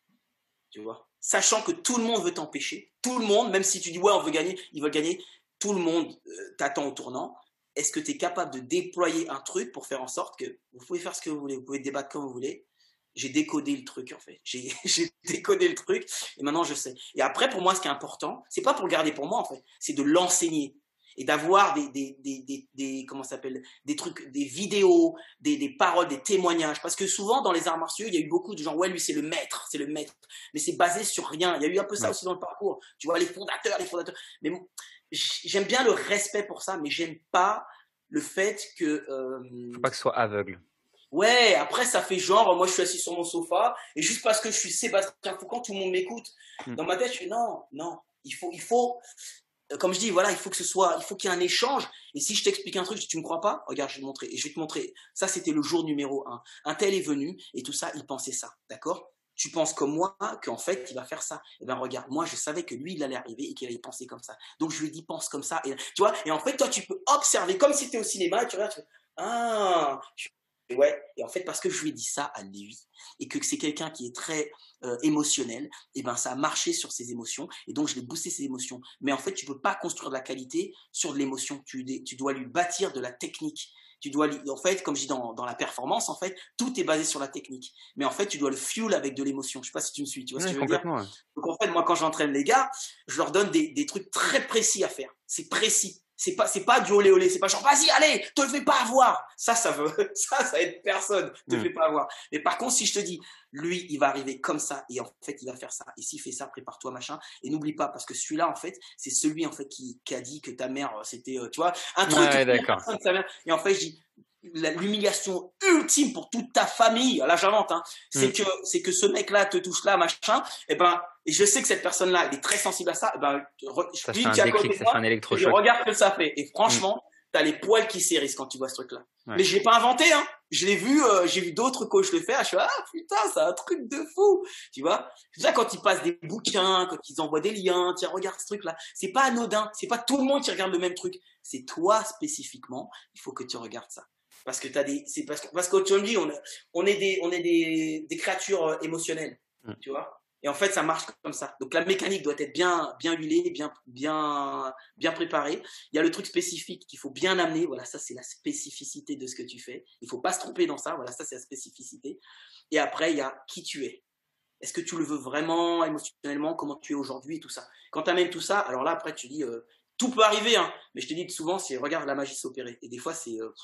Tu vois, sachant que tout le monde veut t'empêcher. Tout le monde, même si tu dis, ouais, on veut gagner, ils veulent gagner. Tout le monde euh, t'attend au tournant. Est-ce que tu es capable de déployer un truc pour faire en sorte que vous pouvez faire ce que vous voulez, vous pouvez débattre comme vous voulez. J'ai décodé le truc en fait. J'ai, j'ai décodé le truc et maintenant je sais. Et après, pour moi, ce qui est important, c'est pas pour le garder pour moi en fait, c'est de l'enseigner et d'avoir des, des, des, des, des comment ça s'appelle, des trucs, des vidéos, des, des paroles, des témoignages. Parce que souvent dans les arts martiaux, il y a eu beaucoup de gens, ouais, lui c'est le maître, c'est le maître. Mais c'est basé sur rien. Il y a eu un peu ça ouais. aussi dans le parcours. Tu vois, les fondateurs, les fondateurs. Mais bon, j'aime bien le respect pour ça, mais j'aime pas le fait que. Euh, Faut pas que ce soit aveugle. Ouais, après ça fait genre, moi je suis assis sur mon sofa et juste parce que je suis Sébastien Foucan, tout le monde m'écoute. Mm. Dans ma tête, je fais non, non, il faut, il faut, comme je dis, voilà, il faut que ce soit, il faut qu'il y ait un échange. Et si je t'explique un truc, tu me crois pas, regarde, je vais te montrer. Et je vais te montrer. Ça, c'était le jour numéro un. Un tel est venu et tout ça, il pensait ça, d'accord? Tu penses comme moi qu'en fait, il va faire ça. Et ben regarde, moi je savais que lui, il allait arriver et qu'il allait penser comme ça. Donc je lui ai dit pense comme ça. Et tu vois. Et en fait, toi, tu peux observer comme si tu étais au cinéma. Et tu regardes, tu fais, ah. Et ouais, et en fait, parce que je lui ai dit ça à lui, et que c'est quelqu'un qui est très euh, émotionnel, et ben ça a marché sur ses émotions, et donc je l'ai boosté ses émotions. Mais en fait, tu peux pas construire de la qualité sur de l'émotion, tu, tu dois lui bâtir de la technique. Tu dois lui, en fait, comme je dis dans, dans la performance, en fait, tout est basé sur la technique. Mais en fait, tu dois le fuel avec de l'émotion. Je sais pas si tu me suis, tu vois ouais, ce que je veux dire? Ouais. Donc en fait, moi, quand j'entraîne les gars, je leur donne des, des trucs très précis à faire. C'est précis. C'est pas, c'est pas du olé olé, c'est pas genre, vas-y, allez, te le fais pas avoir. Ça, ça veut, ça, ça aide personne, te le mmh. fais pas avoir. Mais par contre, si je te dis, lui, il va arriver comme ça, et en fait, il va faire ça. Et s'il fait ça, prépare-toi, machin. Et n'oublie pas, parce que celui-là, en fait, c'est celui, en fait, qui, qui a dit que ta mère, c'était, euh, tu vois, un truc. Ouais, d'accord. De sa mère. Et en fait, je dis, l'humiliation ultime pour toute ta famille, là, j'invente, hein, c'est mmh. que, c'est que ce mec-là te touche là, machin, et ben, et je sais que cette personne-là, elle est très sensible à ça, et ben, je dis, tu as côté de moi, je regarde ce que ça fait. Et franchement, mmh. t'as les poils qui s'hérissent quand tu vois ce truc-là. Ouais. Mais je l'ai pas inventé, hein. Je l'ai vu, euh, j'ai vu d'autres coachs le faire, je suis, ah, putain, c'est un truc de fou. Tu vois? C'est ça quand ils passent des bouquins, quand ils envoient des liens, tiens, regarde ce truc-là. C'est pas anodin. C'est pas tout le monde qui regarde le même truc. C'est toi, spécifiquement. Il faut que tu regardes ça. Parce que t'as des, c'est parce que, parce qu'aujourd'hui, on, dit, on, on est des, on est des, des créatures émotionnelles. Mmh. Tu vois? Et en fait, ça marche comme ça. Donc, la mécanique doit être bien, bien huilée, bien, bien, bien préparée. Il y a le truc spécifique qu'il faut bien amener. Voilà, ça, c'est la spécificité de ce que tu fais. Il faut pas se tromper dans ça. Voilà, ça, c'est la spécificité. Et après, il y a qui tu es. Est-ce que tu le veux vraiment émotionnellement? Comment tu es aujourd'hui et tout ça. Quand tu amènes tout ça, alors là, après, tu dis, euh, tout peut arriver, hein. Mais je te dis souvent, c'est regarde la magie s'opérer. Et des fois, c'est, euh,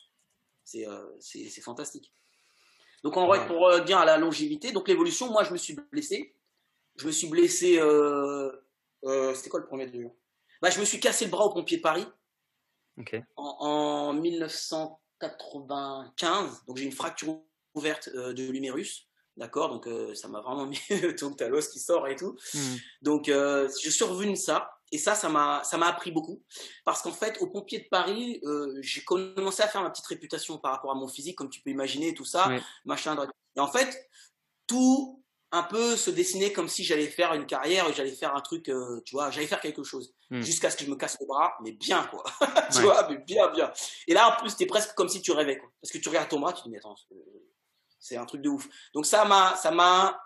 c'est, euh, c'est, c'est fantastique. Donc, en vrai, pour revenir à la longévité, donc l'évolution, moi, je me suis blessé. Je me suis blessé, euh, euh, c'était quoi le premier de bah, je me suis cassé le bras au pompier de Paris. Okay. En, en mille neuf cent quatre-vingt-quinze. Donc, j'ai une fracture ouverte euh, de l'humérus. D'accord, donc euh, ça m'a vraiment mis donc t'as l'os qui sort et tout. Mm. Donc, euh, je suis revenu de ça. Et ça, ça m'a, ça m'a appris beaucoup. Parce qu'en fait, aux pompiers de Paris, euh, j'ai commencé à faire ma petite réputation par rapport à mon physique, comme tu peux imaginer, tout ça, Ouais. machin. Et en fait, tout un peu se dessinait comme si j'allais faire une carrière, j'allais faire un truc, euh, tu vois, j'allais faire quelque chose. Mm. Jusqu'à ce que je me casse le bras, mais bien, quoi. tu Ouais. vois, mais bien, bien. Et là, en plus, c'était presque comme si tu rêvais, quoi. Parce que tu regardes ton bras, tu te dis, mais attends, c'est un truc de ouf. Donc ça m'a, ça m'a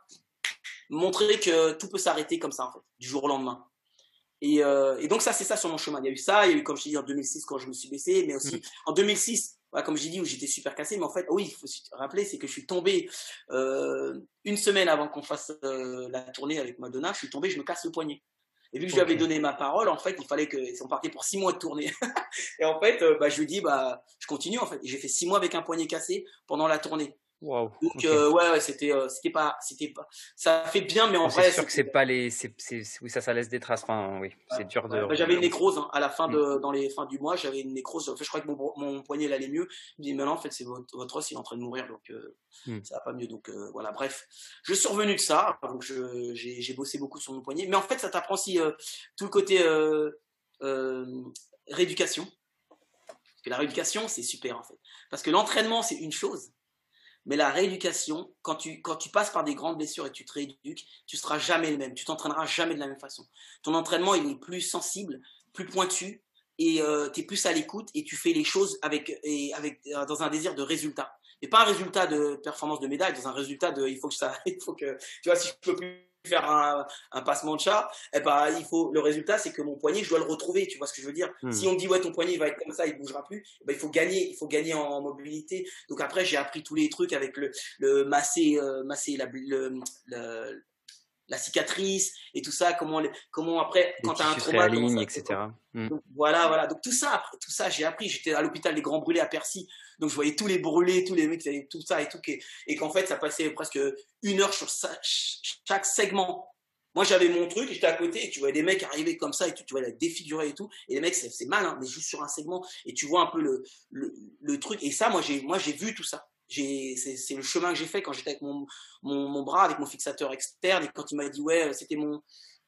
montré que tout peut s'arrêter comme ça, en fait, du jour au lendemain. Et, euh, et donc ça, c'est ça sur mon chemin. Il y a eu ça, il y a eu, comme je t'ai dit, en deux mille six quand je me suis blessé, mais aussi Mm. en deux mille six, voilà, comme j'ai dit, où j'étais super cassé. Mais en fait, oui, il faut se rappeler, c'est que je suis tombé euh, une semaine avant qu'on fasse euh, la tournée avec Madonna, je suis tombé, je me casse le poignet. Et vu que je lui Ok. avais donné ma parole, en fait, il fallait que, on partait pour six mois de tournée. Et en fait, euh, bah, je lui dis, bah, je continue en fait. Et j'ai fait six mois avec un poignet cassé pendant la tournée. Waouh. Donc Ok. euh, ouais, ouais, c'était, euh, c'était pas, c'était pas, ça fait bien, mais en Bon, c'est vrai, sûr que c'est pas les, c'est, c'est, oui, ça, ça laisse des traces. Enfin, oui, c'est dur de. ouais, bah, j'avais une nécrose hein, à la fin Mm. de, dans les fins du mois, j'avais une nécrose. En fait, je crois que mon, mon poignet il allait mieux. Il me dit, mais non, en fait, c'est votre, votre os, il est en train de mourir, donc euh, Mm. ça va pas mieux. Donc euh, voilà, bref, je suis revenu de ça. Donc je, j'ai, j'ai bossé beaucoup sur mon poignet, mais en fait, ça t'apprend aussi euh, tout le côté euh, euh, rééducation. Parce que la rééducation, c'est super en fait, parce que l'entraînement, c'est une chose. Mais la rééducation, quand tu, quand tu passes par des grandes blessures et que tu te rééduques, tu ne seras jamais le même. Tu t'entraîneras jamais de la même façon. Ton entraînement, il est plus sensible, plus pointu, et euh, tu es plus à l'écoute et tu fais les choses avec, et avec, euh, dans un désir de résultat. Et pas un résultat de performance de médaille, dans un résultat de il faut que ça, il faut que, tu vois, si je peux plus faire un, un passement de chat, eh ben, il faut, le résultat, c'est que mon poignet, je dois le retrouver, tu vois ce que je veux dire. Mm. Si on me dit, ouais, ton poignet, il va être comme ça, il bougera plus, eh ben, il faut gagner, il faut gagner en mobilité. Donc après, j'ai appris tous les trucs avec le, le masser, euh, masser la, le, le, la cicatrice et tout ça, comment, comment après, Les quand tu as un tissus se trauma, comment réalignent, ça et cetera. Mm. donc, voilà, voilà. Donc tout ça, après, tout ça, j'ai appris. J'étais à l'hôpital des Grands Brûlés à Percy, donc je voyais tous les brûlés, tous les mecs, tout ça et tout, et qu'en fait, ça passait presque une heure sur ça, chaque segment. Moi, j'avais mon truc, j'étais à côté, et tu vois des mecs arriver comme ça, et tu, tu vois, la défigurer et tout, et les mecs, c'est, c'est mal, hein, mais juste sur un segment, et tu vois un peu le, le, le truc. Et ça, moi, j'ai, moi, j'ai vu tout ça. J'ai, c'est, c'est le chemin que j'ai fait quand j'étais avec mon, mon, mon bras, avec mon fixateur externe, et quand il m'a dit, ouais, c'était mon,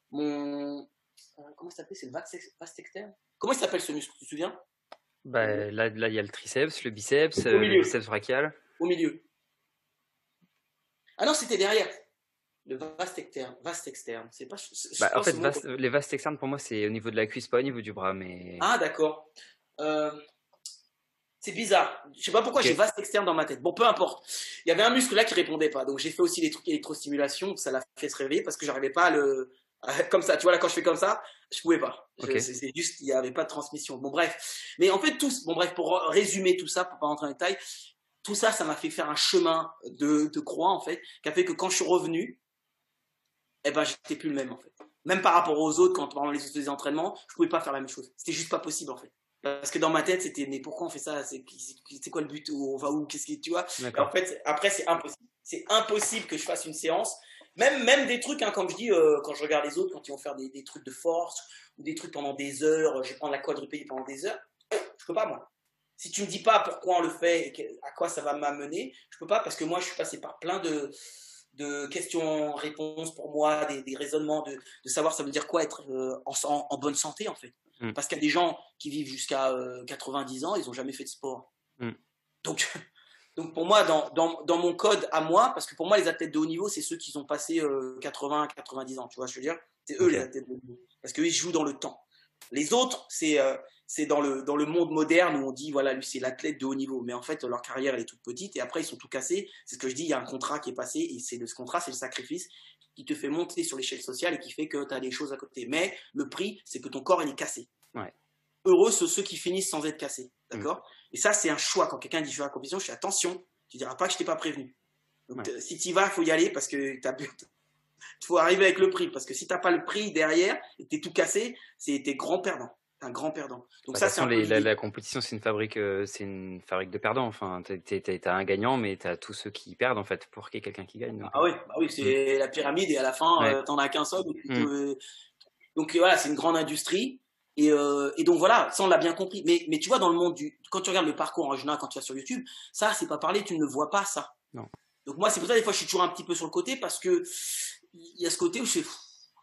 mon, comment ça s'appelle, c'est le vaste externe. Comment il s'appelle ce muscle, tu te souviens? Bah, là, là, il y a le triceps, le biceps, Au euh, milieu. le biceps brachial. Au milieu. Ah non, c'était derrière. Le vaste externe. Vaste externe. C'est pas. Je Bah, en pense fait, au mot- vaste- les vastes externes, pour moi, c'est au niveau de la cuisse, pas au niveau du bras, mais. Ah d'accord. Euh, c'est bizarre. Je sais pas pourquoi Ok. j'ai vaste externe dans ma tête. Bon, peu importe. Il y avait un muscle là qui répondait pas. Donc j'ai fait aussi des trucs électrostimulation. Ça l'a fait se réveiller parce que j'arrivais pas à le. Comme ça, tu vois là quand je fais comme ça, je pouvais pas. Je- Ok. c'est, c'est juste il y avait pas de transmission. Bon bref. Mais en fait tous. Bon bref pour résumer tout ça, pour pas rentrer en détail. Tout ça, ça m'a fait faire un chemin de, de croix en fait, qui a fait que quand je suis revenu, eh ben j'étais plus le même en fait. Même par rapport aux autres, quand pendant les autres entraînements, je pouvais pas faire la même chose. C'était juste pas possible en fait. Parce que dans ma tête, c'était mais pourquoi on fait ça? C'est, c'est quoi le but? On va où? Qu'est-ce que tu vois? Et en fait, après c'est impossible. C'est impossible que je fasse une séance. Même, même des trucs, hein, comme je dis, euh, quand je regarde les autres, quand ils vont faire des, des trucs de force ou des trucs pendant des heures, je vais prendre la quadrupédie pendant des heures, je peux pas moi. Si tu me dis pas pourquoi on le fait et à quoi ça va m'amener, je peux pas parce que moi je suis passé par plein de, de questions-réponses pour moi, des, des raisonnements, de, de savoir ça veut dire quoi être euh, en, en, en bonne santé en fait. Mm. Parce qu'il y a des gens qui vivent jusqu'à euh, quatre-vingt-dix ans, ils ont jamais fait de sport. Mm. Donc, donc pour moi, dans, dans, dans mon code à moi, parce que pour moi les athlètes de haut niveau, c'est ceux qui ont passé euh, quatre-vingts à quatre-vingt-dix ans, tu vois ce que je veux dire? C'est eux okay. les athlètes de haut niveau. Parce qu'eux ils jouent dans le temps. Les autres, c'est... Euh, c'est dans le, dans le monde moderne où on dit, voilà, lui, c'est l'athlète de haut niveau. Mais en fait, leur carrière, elle est toute petite. Et après, ils sont tout cassés. C'est ce que je dis, il y a un contrat qui est passé. Et c'est le, ce contrat, c'est le sacrifice qui te fait monter sur l'échelle sociale et qui fait que tu as des choses à côté. Mais le prix, c'est que ton corps, il est cassé. Ouais. Heureux, c'est ceux qui finissent sans être cassés. D'accord ? mmh. Et ça, c'est un choix. Quand quelqu'un dit, je vais à la compétition, je fais attention. Tu diras pas que je t'ai pas prévenu. Donc, ouais. Si tu y vas, il faut y aller parce que t'as il faut arriver avec le prix. Parce que si tu n'as pas le prix derrière et que tu es tout cassé, c'est t'es grand perdant. Un grand perdant. Donc bah, ça, c'est les, la, la compétition, c'est une fabrique, euh, c'est une fabrique de perdants. Enfin, t'as un gagnant, mais t'as tous ceux qui perdent en fait pour qu'il y ait quelqu'un qui gagne. Donc. Ah oui, bah oui, c'est mmh. la pyramide et à la fin, ouais. euh, t'en as qu'un seul. Donc, mmh. euh, donc voilà, c'est une grande industrie. Et, euh, et donc voilà, ça on l'a bien compris. Mais, mais tu vois, dans le monde du, quand tu regardes le parcours en général, quand tu vas sur YouTube, ça c'est pas parlé, tu ne le vois pas ça. Non. Donc moi, c'est pour ça des fois je suis toujours un petit peu sur le côté parce que il y a ce côté où je fais.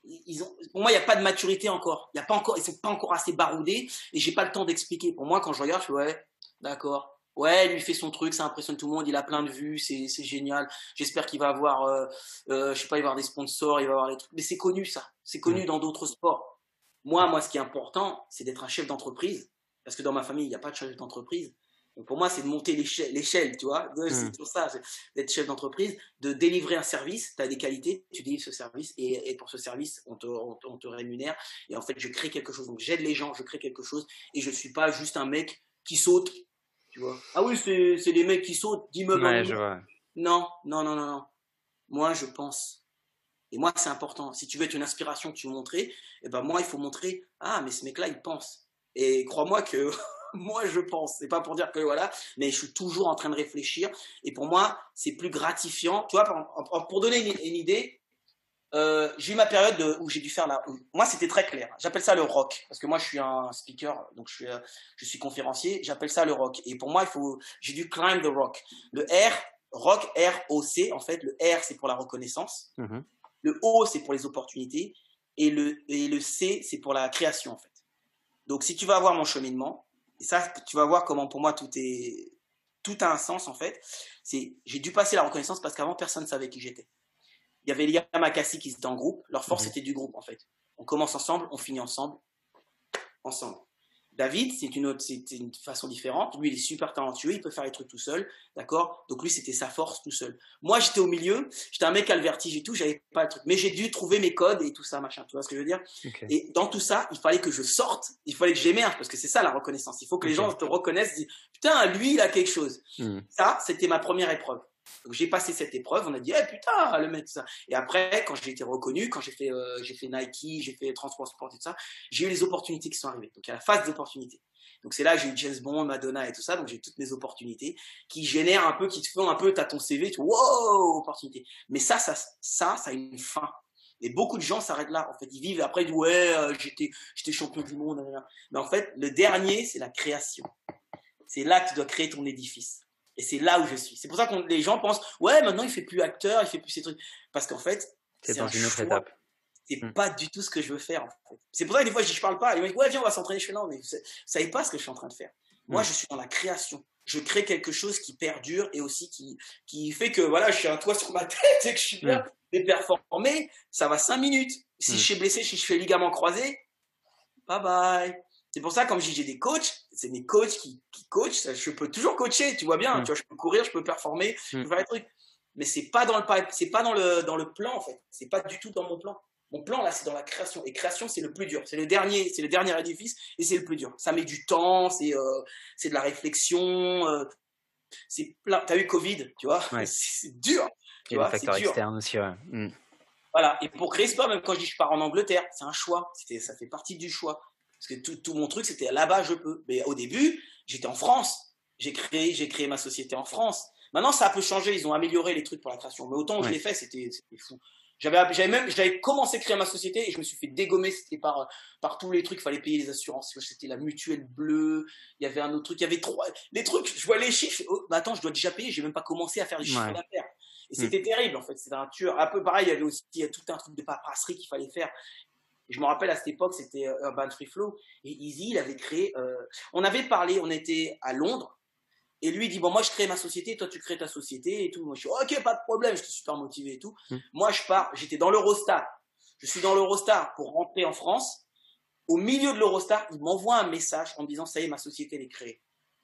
ils ont, pour moi, il n'y a pas de maturité encore. Il y a pas encore, ils sont pas encore assez baroudés et j'ai pas le temps d'expliquer. Pour moi, quand je regarde, je fais ouais, d'accord. Ouais, lui fait son truc, ça impressionne tout le monde, il a plein de vues, c'est, c'est génial. J'espère qu'il va avoir, euh, euh, je sais pas, il va avoir des sponsors, il va avoir des trucs. Mais c'est connu ça, c'est connu dans d'autres sports. Moi, moi, ce qui est important, c'est d'être un chef d'entreprise, parce que dans ma famille, il n'y a pas de chef d'entreprise. Donc pour moi, c'est de monter l'échelle, l'échelle tu vois. C'est pour ça, c'est d'être chef d'entreprise, de délivrer un service. Tu as des qualités, tu délivres ce service, et, et pour ce service, on te, on, on te rémunère. Et en fait, je crée quelque chose. Donc j'aide les gens, je crée quelque chose, et je suis pas juste un mec qui saute. Tu vois. Ah oui, c'est, c'est les mecs qui sautent d'immeuble en immeuble. Non, non, non, non, non. Moi, je pense. Et moi, c'est important. Si tu veux être une inspiration que tu veux montrer, eh ben moi, il faut montrer, ah, mais ce mec-là, il pense. Et crois-moi que moi, je pense. C'est pas pour dire que voilà, mais je suis toujours en train de réfléchir. Et pour moi, c'est plus gratifiant. Tu vois, pour, pour donner une, une idée, euh, j'ai eu ma période de, où j'ai dû faire la. Moi, c'était très clair. J'appelle ça le rock, parce que moi, je suis un speaker, donc je suis, euh, je suis conférencier. J'appelle ça le rock. Et pour moi, il faut, j'ai dû climb the rock. Le R, rock, R O C. En fait, le R, c'est pour la reconnaissance. Mm-hmm. Le O, c'est pour les opportunités. Et le, et le C, c'est pour la création, en fait. Donc, si tu vas voir mon cheminement, et ça, tu vas voir comment, pour moi, tout est, tout a un sens, en fait. C'est, j'ai dû passer la reconnaissance parce qu'avant, personne ne savait qui j'étais. Il y avait les Yamakasi qui étaient en groupe. Leur force, mmh. c'était du groupe, en fait. On commence ensemble, on finit ensemble, ensemble. David, c'est une autre, c'est une façon différente. Lui, il est super talentueux, il peut faire les trucs tout seul, d'accord? Donc lui, c'était sa force tout seul. Moi, j'étais au milieu, j'étais un mec à le vertige et tout, j'avais pas le truc. Mais j'ai dû trouver mes codes et tout ça, machin. Tu vois ce que je veux dire? Okay. Et dans tout ça, il fallait que je sorte, il fallait que j'émerge, parce que c'est ça la reconnaissance. Il faut que okay. les gens te reconnaissent, disent, putain, lui, il a quelque chose. Mmh. Ça, c'était ma première épreuve. Donc j'ai passé cette épreuve, on a dit, eh putain, le mec, ça. Et après, quand j'ai été reconnu, quand j'ai fait, euh, j'ai fait Nike, j'ai fait Transport Sport et tout ça, j'ai eu les opportunités qui sont arrivées. Donc il y a la phase d'opportunités. Donc c'est là que j'ai eu James Bond, Madonna et tout ça, donc j'ai toutes mes opportunités qui génèrent un peu, qui te font un peu, t'as ton C V, tu vois, wow, opportunité. Mais ça, ça, ça, ça a une fin. Et beaucoup de gens s'arrêtent là. En fait, ils vivent après, ils disent, ouais, euh, j'étais, j'étais champion du monde. Mais en fait, le dernier, c'est la création. C'est là que tu dois créer ton édifice. Et c'est là où je suis. C'est pour ça que les gens pensent, ouais, maintenant il fait plus acteur, il fait plus ces trucs. Parce qu'en fait, c'est, c'est dans une autre étape. C'est mmh. pas du tout ce que je veux faire. En fait. C'est pour ça que des fois, je, je parle pas. Les mecs, ouais, viens, on va s'entraîner. Je fais non, mais vous, vous savez pas ce que je suis en train de faire. Mmh. Moi, je suis dans la création. Je crée quelque chose qui perdure et aussi qui, qui fait que voilà, je suis un toit sur ma tête et que je suis bien. Mmh. Mais performer, ça va cinq minutes. Si mmh. je suis blessé, si je fais ligament croisé, bye bye. C'est pour ça, comme j'ai des coachs, c'est mes coachs qui, qui coachent. Je peux toujours coacher, tu vois bien. Mmh. Tu vois, je peux courir, je peux performer, mmh. je peux faire des trucs. Mais c'est pas dans le c'est pas dans le dans le plan en fait. C'est pas du tout dans mon plan. Mon plan là, c'est dans la création. Et création, c'est le plus dur. C'est le dernier, c'est le dernier édifice et c'est le plus dur. Ça met du temps, c'est euh, c'est de la réflexion. Euh, c'est plein. T'as eu Covid, tu vois. Ouais. C'est, c'est dur. Tu Il y a des facteurs externes aussi. Ouais. Mmh. Voilà. Et pour créer ce sport, même quand je dis je pars en Angleterre, c'est un choix. C'était, ça fait partie du choix. Parce que tout, tout mon truc, c'était là-bas, je peux. Mais au début, j'étais en France. J'ai créé, j'ai créé ma société en France. Maintenant, ça a un peu changé. Ils ont amélioré les trucs pour la création. Mais autant où ouais. je l'ai fait, c'était, c'était fou. J'avais, j'avais même, j'avais commencé à créer ma société et je me suis fait dégommer. C'était par, par tous les trucs. Il fallait payer les assurances. C'était la mutuelle bleue. Il y avait un autre truc. Il y avait trois, les trucs. Je vois les chiffres. Oh, bah attends, je dois déjà payer. J'ai même pas commencé à faire du chiffre ouais. d'affaires. Et c'était mmh. terrible, en fait. C'était un tueur. Un peu pareil. Il y avait aussi il y a tout un truc de paperasserie qu'il fallait faire. Et je me rappelle à cette époque, c'était Urban Free Flow. Et Easy, il avait créé. Euh, on avait parlé, on était à Londres. Et lui, il dit, bon, moi, je crée ma société, toi, tu crées ta société et tout. Moi, je suis, ok, pas de problème, j'étais super motivé et tout. Mmh. Moi, je pars, j'étais dans l'Eurostar. Je suis dans l'Eurostar pour rentrer en France. Au milieu de l'Eurostar, il m'envoie un message en me disant, ça y est, ma société, elle est créée.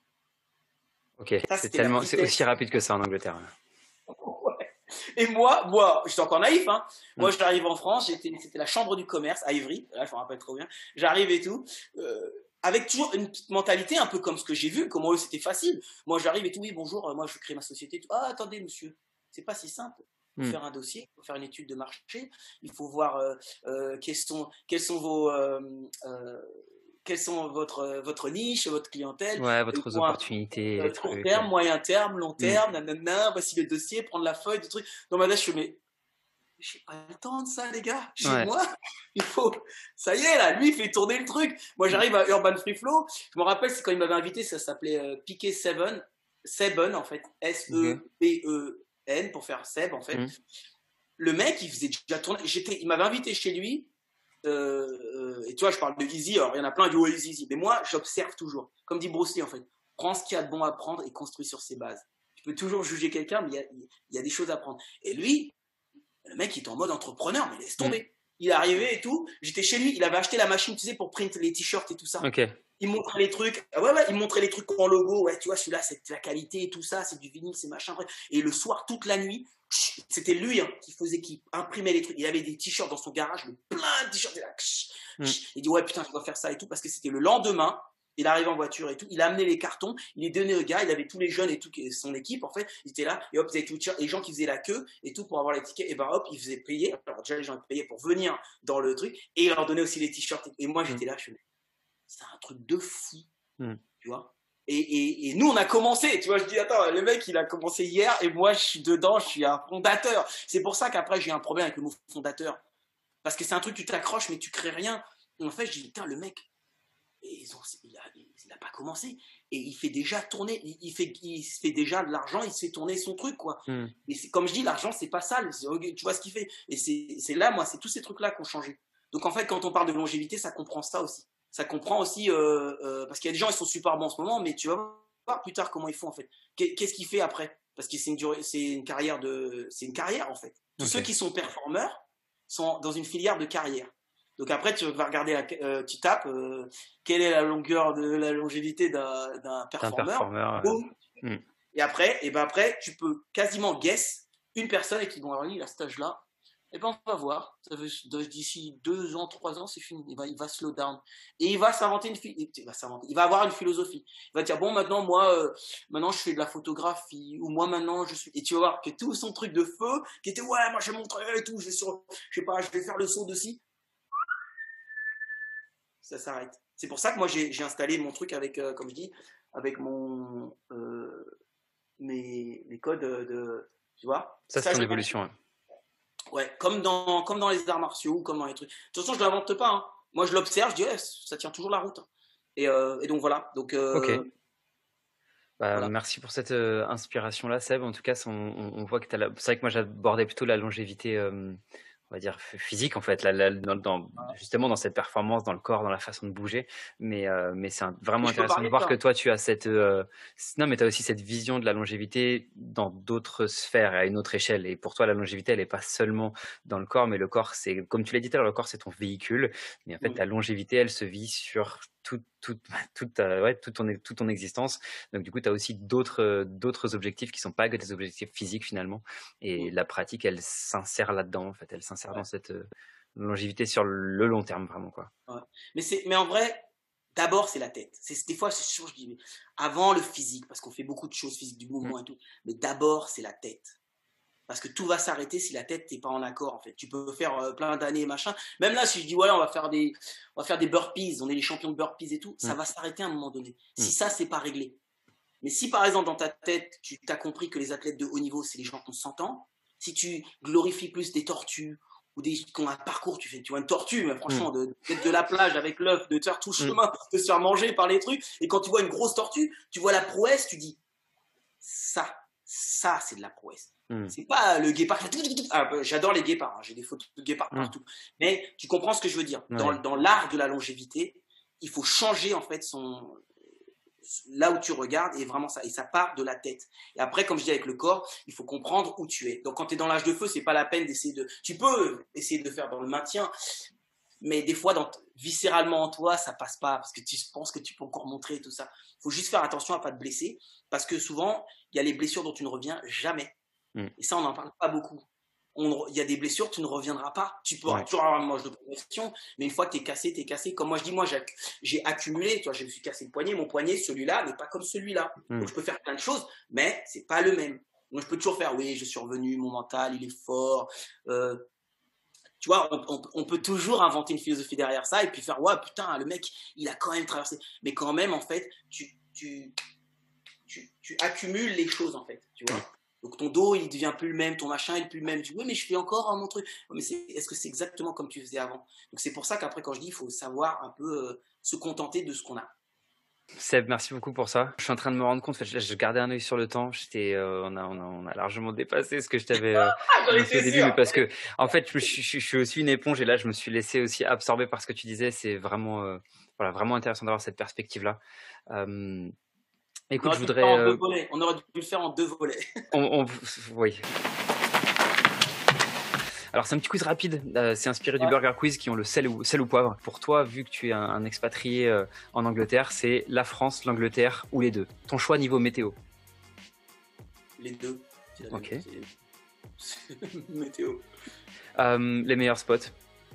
Ok, ça, c'est, tellement, c'est aussi rapide que ça en Angleterre. Ouais. Et moi, moi, j'étais encore naïf, hein. Moi, mmh. j'arrive en France, j'étais, c'était la chambre du commerce à Ivry. Là, je me rappelle trop bien. J'arrive et tout. Euh, avec toujours une petite mentalité un peu comme ce que j'ai vu, comment eux c'était facile. Moi j'arrive et tout, oui bonjour, euh, moi je crée ma société. Tout. Ah attendez monsieur, c'est pas si simple. Il faut mm. faire un dossier, il faut faire une étude de marché, il faut voir euh, euh, quels sont quels sont vos euh, euh, quelles sont votre votre niche, votre clientèle, ouais, votre point, opportunités, euh, court terme, moyen terme, long terme, mm. nanana, voici le dossier, prendre la feuille, du truc. Dans ma tête je me j'ai pas le temps de ça, les gars. Chez ouais. moi, il faut. Ça y est, là, lui, il fait tourner le truc. Moi, j'arrive à Urban Free Flow. Je me rappelle, c'est quand il m'avait invité, ça s'appelait euh, Piquet Seven. Seven, en fait. S E B E N, pour faire Seb, en fait. Mm. Le mec, il faisait déjà tourner. J'étais, il m'avait invité chez lui. euh, euh, et tu vois, je parle de Easy, alors il y en a plein du oh, Easy, Easy, mais moi, j'observe toujours. Comme dit Bruce Lee, en fait, prends ce qu'il y a de bon à prendre et construis sur ses bases. Tu peux toujours juger quelqu'un, mais il y a, il y a des choses à prendre. Et lui, le mec, il est en mode entrepreneur, mais laisse tomber. Mm. Il est arrivé et tout. J'étais chez lui, il avait acheté la machine, tu sais, pour print les t-shirts et tout ça. Ok. Il montrait les trucs. Ouais, ouais, il montrait les trucs en logo. Ouais, tu vois, celui-là, c'est la qualité et tout ça, c'est du vinyle, c'est machin. Et le soir, toute la nuit, c'était lui hein, qui faisait, qui imprimait les trucs. Il avait des t-shirts dans son garage, plein de t-shirts. Mm. Il dit, ouais, putain, je dois faire ça et tout, parce que c'était le lendemain. Il arrive en voiture et tout, il a amené les cartons, il les donnait au gars, il avait tous les jeunes et tout, son équipe en fait, ils étaient là, et hop, ils avaient tout, les gens qui faisaient la queue et tout pour avoir les tickets, et ben hop, ils faisaient payer, alors déjà les gens payaient pour venir dans le truc, et ils leur donnaient aussi les t-shirts, et moi j'étais là, je me c'est un truc de fou, mm. tu vois, et, et, et nous on a commencé, tu vois, je dis attends, le mec il a commencé hier, et moi je suis dedans, je suis un fondateur, c'est pour ça qu'après j'ai un problème avec le mot fondateur, parce que c'est un truc, tu t'accroches mais tu crées rien, et en fait je dis putain le mec, et ils ont, il, a, il a pas commencé et il fait déjà tourner il, il fait il fait déjà de l'argent, il se fait tourner son truc quoi. Mm. Et c'est, comme je dis, l'argent c'est pas sale, c'est, tu vois ce qu'il fait, et c'est, c'est là moi c'est tous ces trucs là qui ont changé. Donc en fait quand on parle de longévité ça comprend ça aussi, ça comprend aussi euh, euh, parce qu'il y a des gens ils sont super bons en ce moment, mais tu vas voir plus tard comment ils font en fait, qu'est-ce qu'il fait après, parce que c'est une durée, c'est une carrière de c'est une carrière en fait. Tous okay. Ceux qui sont performeurs sont dans une filière de carrière. Donc après, tu vas regarder, la, euh, tu tapes euh, quelle est la longueur de la longévité d'un, d'un performeur. performeur ouais. Et après, et ben après, tu peux quasiment guess une personne et qui vont avoir lui à cet âge-là. Et ben on va voir. Ça veut, d'ici deux ans, trois ans, c'est fini. Il va, il va slow down et il va s'inventer une, il va s'inventer. Il va avoir une philosophie. Il va dire bon maintenant moi, euh, maintenant je fais de la photographie ou moi maintenant je suis. Et tu vas voir que tout son truc de feu qui était ouais moi je vais montrer et tout, je vais sur, je sais pas, je vais faire le saut de ci. Ça s'arrête. C'est pour ça que moi j'ai, j'ai installé mon truc avec, euh, comme je dis, avec mon euh, mes, mes codes de, tu vois. Ça, ça c'est ton évolution. Ouais. ouais, comme dans comme dans les arts martiaux, comme dans les trucs. De toute façon, je l'invente pas. Hein. Moi, je l'observe, je dis ouais, ça tient toujours la route. Hein. Et, euh, et donc voilà. Donc. Euh, ok. Bah, voilà. Merci pour cette euh, inspiration là, Seb. En tout cas, on, on voit que t'as la... c'est vrai que moi j'abordais plutôt la longévité. Euh... on va dire physique en fait, là, là, dans, dans, justement dans cette performance, dans le corps, dans la façon de bouger. Mais, euh, mais c'est un, vraiment intéressant de voir ça. Que toi, tu as cette... Euh, non, mais tu as aussi cette vision de la longévité dans d'autres sphères, à une autre échelle. Et pour toi, la longévité, elle n'est pas seulement dans le corps, mais le corps, c'est, comme tu l'as dit tout à l'heure, le corps, c'est ton véhicule. Mais en fait, mmh. ta longévité, elle se vit sur tout, tout, tout, euh, ouais, toute, ton, toute ton existence. Donc, du coup, tu as aussi d'autres, euh, d'autres objectifs qui ne sont pas que des objectifs physiques, finalement. Et mmh. la pratique, elle s'insère là-dedans, en fait. Elle s'insère ouais. dans cette euh, longévité sur le long terme, vraiment, quoi. Ouais. Mais, c'est, mais en vrai, d'abord, c'est la tête. C'est, des fois, c'est sûr, je dis, mais avant le physique, parce qu'on fait beaucoup de choses physiques, du mouvement mmh. et tout. Mais d'abord, c'est la tête. Parce que tout va s'arrêter si la tête n'est pas en accord, en fait. Tu peux faire euh, plein d'années, machin. Même là, si je dis, ouais, on va faire des, on va faire des burpees, on est les champions de burpees et tout, mmh. ça va s'arrêter à un moment donné. Mmh. Si ça, c'est pas réglé. Mais si, par exemple, dans ta tête, tu t'as compris que les athlètes de haut niveau, c'est les gens qui ont cent ans, si tu glorifies plus des tortues, ou des qui ont un parcours, tu fais, tu vois, une tortue, mais franchement, mmh. de, d'être de la plage avec l'œuf, de te faire tout le chemin, mmh. de se faire manger par les trucs, et quand tu vois une grosse tortue, tu vois la prouesse, tu dis, ça, ça, c'est de la prouesse. Mmh. C'est pas le guépard. Ah, j'adore les guépards, hein, j'ai des photos de guépards mmh. partout. Mais tu comprends ce que je veux dire. Ouais. Dans, dans l'art de la longévité, il faut changer en fait son là où tu regardes et vraiment ça. Et ça part de la tête. Et après, comme je dis avec le corps, il faut comprendre où tu es. Donc quand tu es dans l'âge de feu, c'est pas la peine d'essayer de. Tu peux essayer de faire dans le maintien, mais des fois, dans, viscéralement en toi, ça passe pas parce que tu penses que tu peux encore montrer tout ça. Il faut juste faire attention à pas te blesser parce que souvent, il y a les blessures dont tu ne reviens jamais. Mm. Et ça, on n'en parle pas beaucoup. Il y a des blessures, tu ne reviendras pas. Tu peux ouais. toujours avoir une manche de progression, mais une fois que tu es cassé, tu es cassé. Comme moi, je dis, moi, j'ai, j'ai accumulé. Tu vois, je me suis cassé le poignet. Mon poignet, celui-là, n'est pas comme celui-là. Mm. Donc, je peux faire plein de choses, mais c'est pas le même. Donc, je peux toujours faire, oui, je suis revenu, mon mental, il est fort. Euh, tu vois, on, on, on peut toujours inventer une philosophie derrière ça et puis faire, ouais, putain, le mec, il a quand même traversé. Mais quand même, en fait, tu, tu, tu, tu accumules les choses, en fait. Tu vois. Mm. Donc ton dos, il devient plus le même, ton machin, il est plus le même. Tu dis, oui, mais je fais encore hein, mon truc. Mais c'est, est-ce que c'est exactement comme tu faisais avant? Donc c'est pour ça qu'après, quand je dis, il faut savoir un peu euh, se contenter de ce qu'on a. Seb, merci beaucoup pour ça. Je suis en train de me rendre compte, en fait, je, je gardais un œil sur le temps. J'étais, euh, on, a, on, a, on a largement dépassé ce que je t'avais euh, J'en annoncé au étais début, sûr. mais parce que, en fait, je, je, je, je suis aussi une éponge et là, je me suis laissé aussi absorber par ce que tu disais. C'est vraiment, euh, voilà, vraiment intéressant d'avoir cette perspective-là. Euh, On écoute, aurait je dû le faire voudrais, en deux euh, volets. On aurait dû le faire en deux volets. on, on, oui. Alors, c'est un petit quiz rapide. Euh, c'est inspiré du Ouais. Burger Quiz qui ont le sel ou, sel ou poivre. Pour toi, vu que tu es un, un expatrié euh, en Angleterre, c'est la France, l'Angleterre ou les deux. Ton choix niveau météo. Les deux. C'est la même- Ok. c'est- météo. Euh, les meilleurs spots.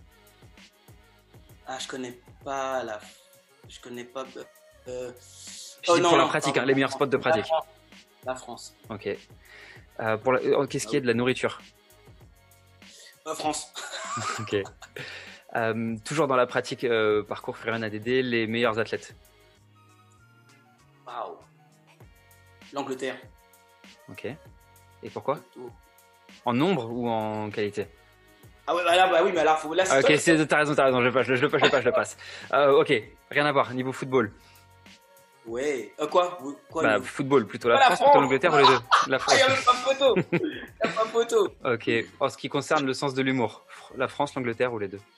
Ah, je connais pas la. Je connais pas. Euh... Je Oh dis non, pour la non, pratique, pardon, hein, les la meilleurs France. spots de La pratique. France. La France. Ok. Euh, pour la- euh, Qu'est-ce Ah qui est oui. de la nourriture? Euh, France. Ok. Euh, toujours dans la pratique, euh, parcours Freerun A D D, les meilleurs athlètes. Waouh. L'Angleterre. Ok. Et pourquoi? Oh. En nombre ou en qualité? Ah ouais, bah là, bah oui, mais là, faut. Là, c'est Ah, toi ok, qui- c'est- t'as raison, t'as raison, je le passe, je le passe, je le passe, je le passe. Euh, ok, rien à voir, niveau football. Ouais. Euh, quoi Vous- Quoi Bah, le- football, plutôt la Ah, la France, plutôt France. l'Angleterre ou les deux? La Ah, France. il n'y a même pas photo. Il n'y a pas photo. Ok. En ce qui concerne le sens de l'humour, la France, l'Angleterre ou les deux?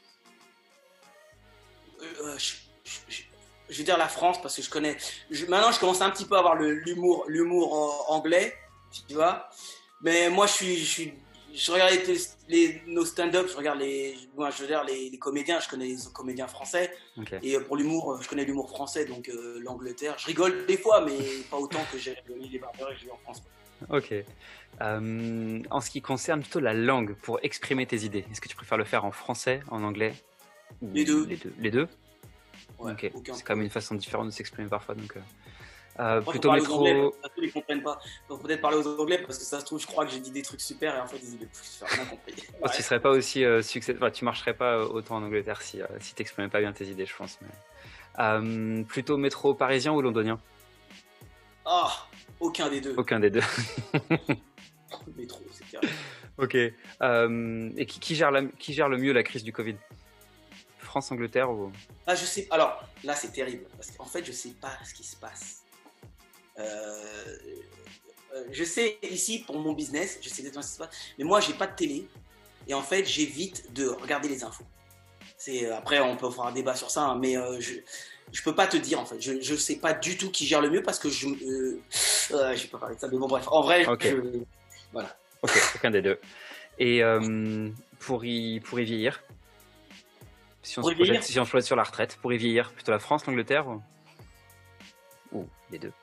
Euh, je, je- je- je vais dire la France parce que je connais. je- maintenant, je commence un petit peu à avoir le- l'humour, l'humour euh, anglais, tu vois. Mais moi, je suis, je suis, je regarde les, les- nos stand-up, je regarde les, moi, je veux dire les, les comédiens, je connais les comédiens français. Ok. Et pour l'humour, je connais l'humour français, donc euh, l'Angleterre. Je rigole des fois, mais pas autant que j'ai rigolé les barbares que j'ai eu en France. Ok. Euh, en ce qui concerne plutôt la langue pour exprimer tes idées, est-ce que tu préfères le faire en français, en anglais ou Les deux. Les deux. Les deux. Ouais, Ok. aucun C'est quand même une façon différente de s'exprimer parfois, donc. Euh, euh, Après, faut plutôt parler aux métro. Anglais, parce que ça se trouve, ils comprennent pas. Faut peut-être parler aux Anglais parce que ça se trouve, je crois que j'ai dit des trucs super et en fait, ils disent, j'ai rien compris. Oh, tu serais pas aussi euh, succès. Enfin, tu marcherais pas euh, autant en Angleterre si euh, si t'exprimais pas bien tes idées, je pense. Mais... Euh, plutôt métro parisien ou londonien? Ah, aucun des deux. Aucun des deux. Métro, c'est terrible. Ok. Euh, et qui, qui gère la, qui gère le mieux la crise du Covid? France, Angleterre ou... Ah, je sais. Alors, là, c'est terrible parce qu'en fait, je sais pas ce qui se passe. Euh, euh, je sais ici pour mon business, je sais exactement ce qui se passe, mais moi, j'ai pas de télé et en fait, j'évite de regarder les infos. C'est après, on peut faire un débat sur ça, hein, mais euh, je je peux pas te dire en fait. Je je sais pas du tout qui gère le mieux parce que je euh, euh, je vais pas parler de ça, mais bon bref. En vrai, Ok. je, voilà. Ok, aucun des deux. Et euh, pour, y, pour y vieillir, si on, Pour se y projette, vieillir si on se projette sur la retraite, pour y vieillir, plutôt la France, l'Angleterre ou... ou les deux?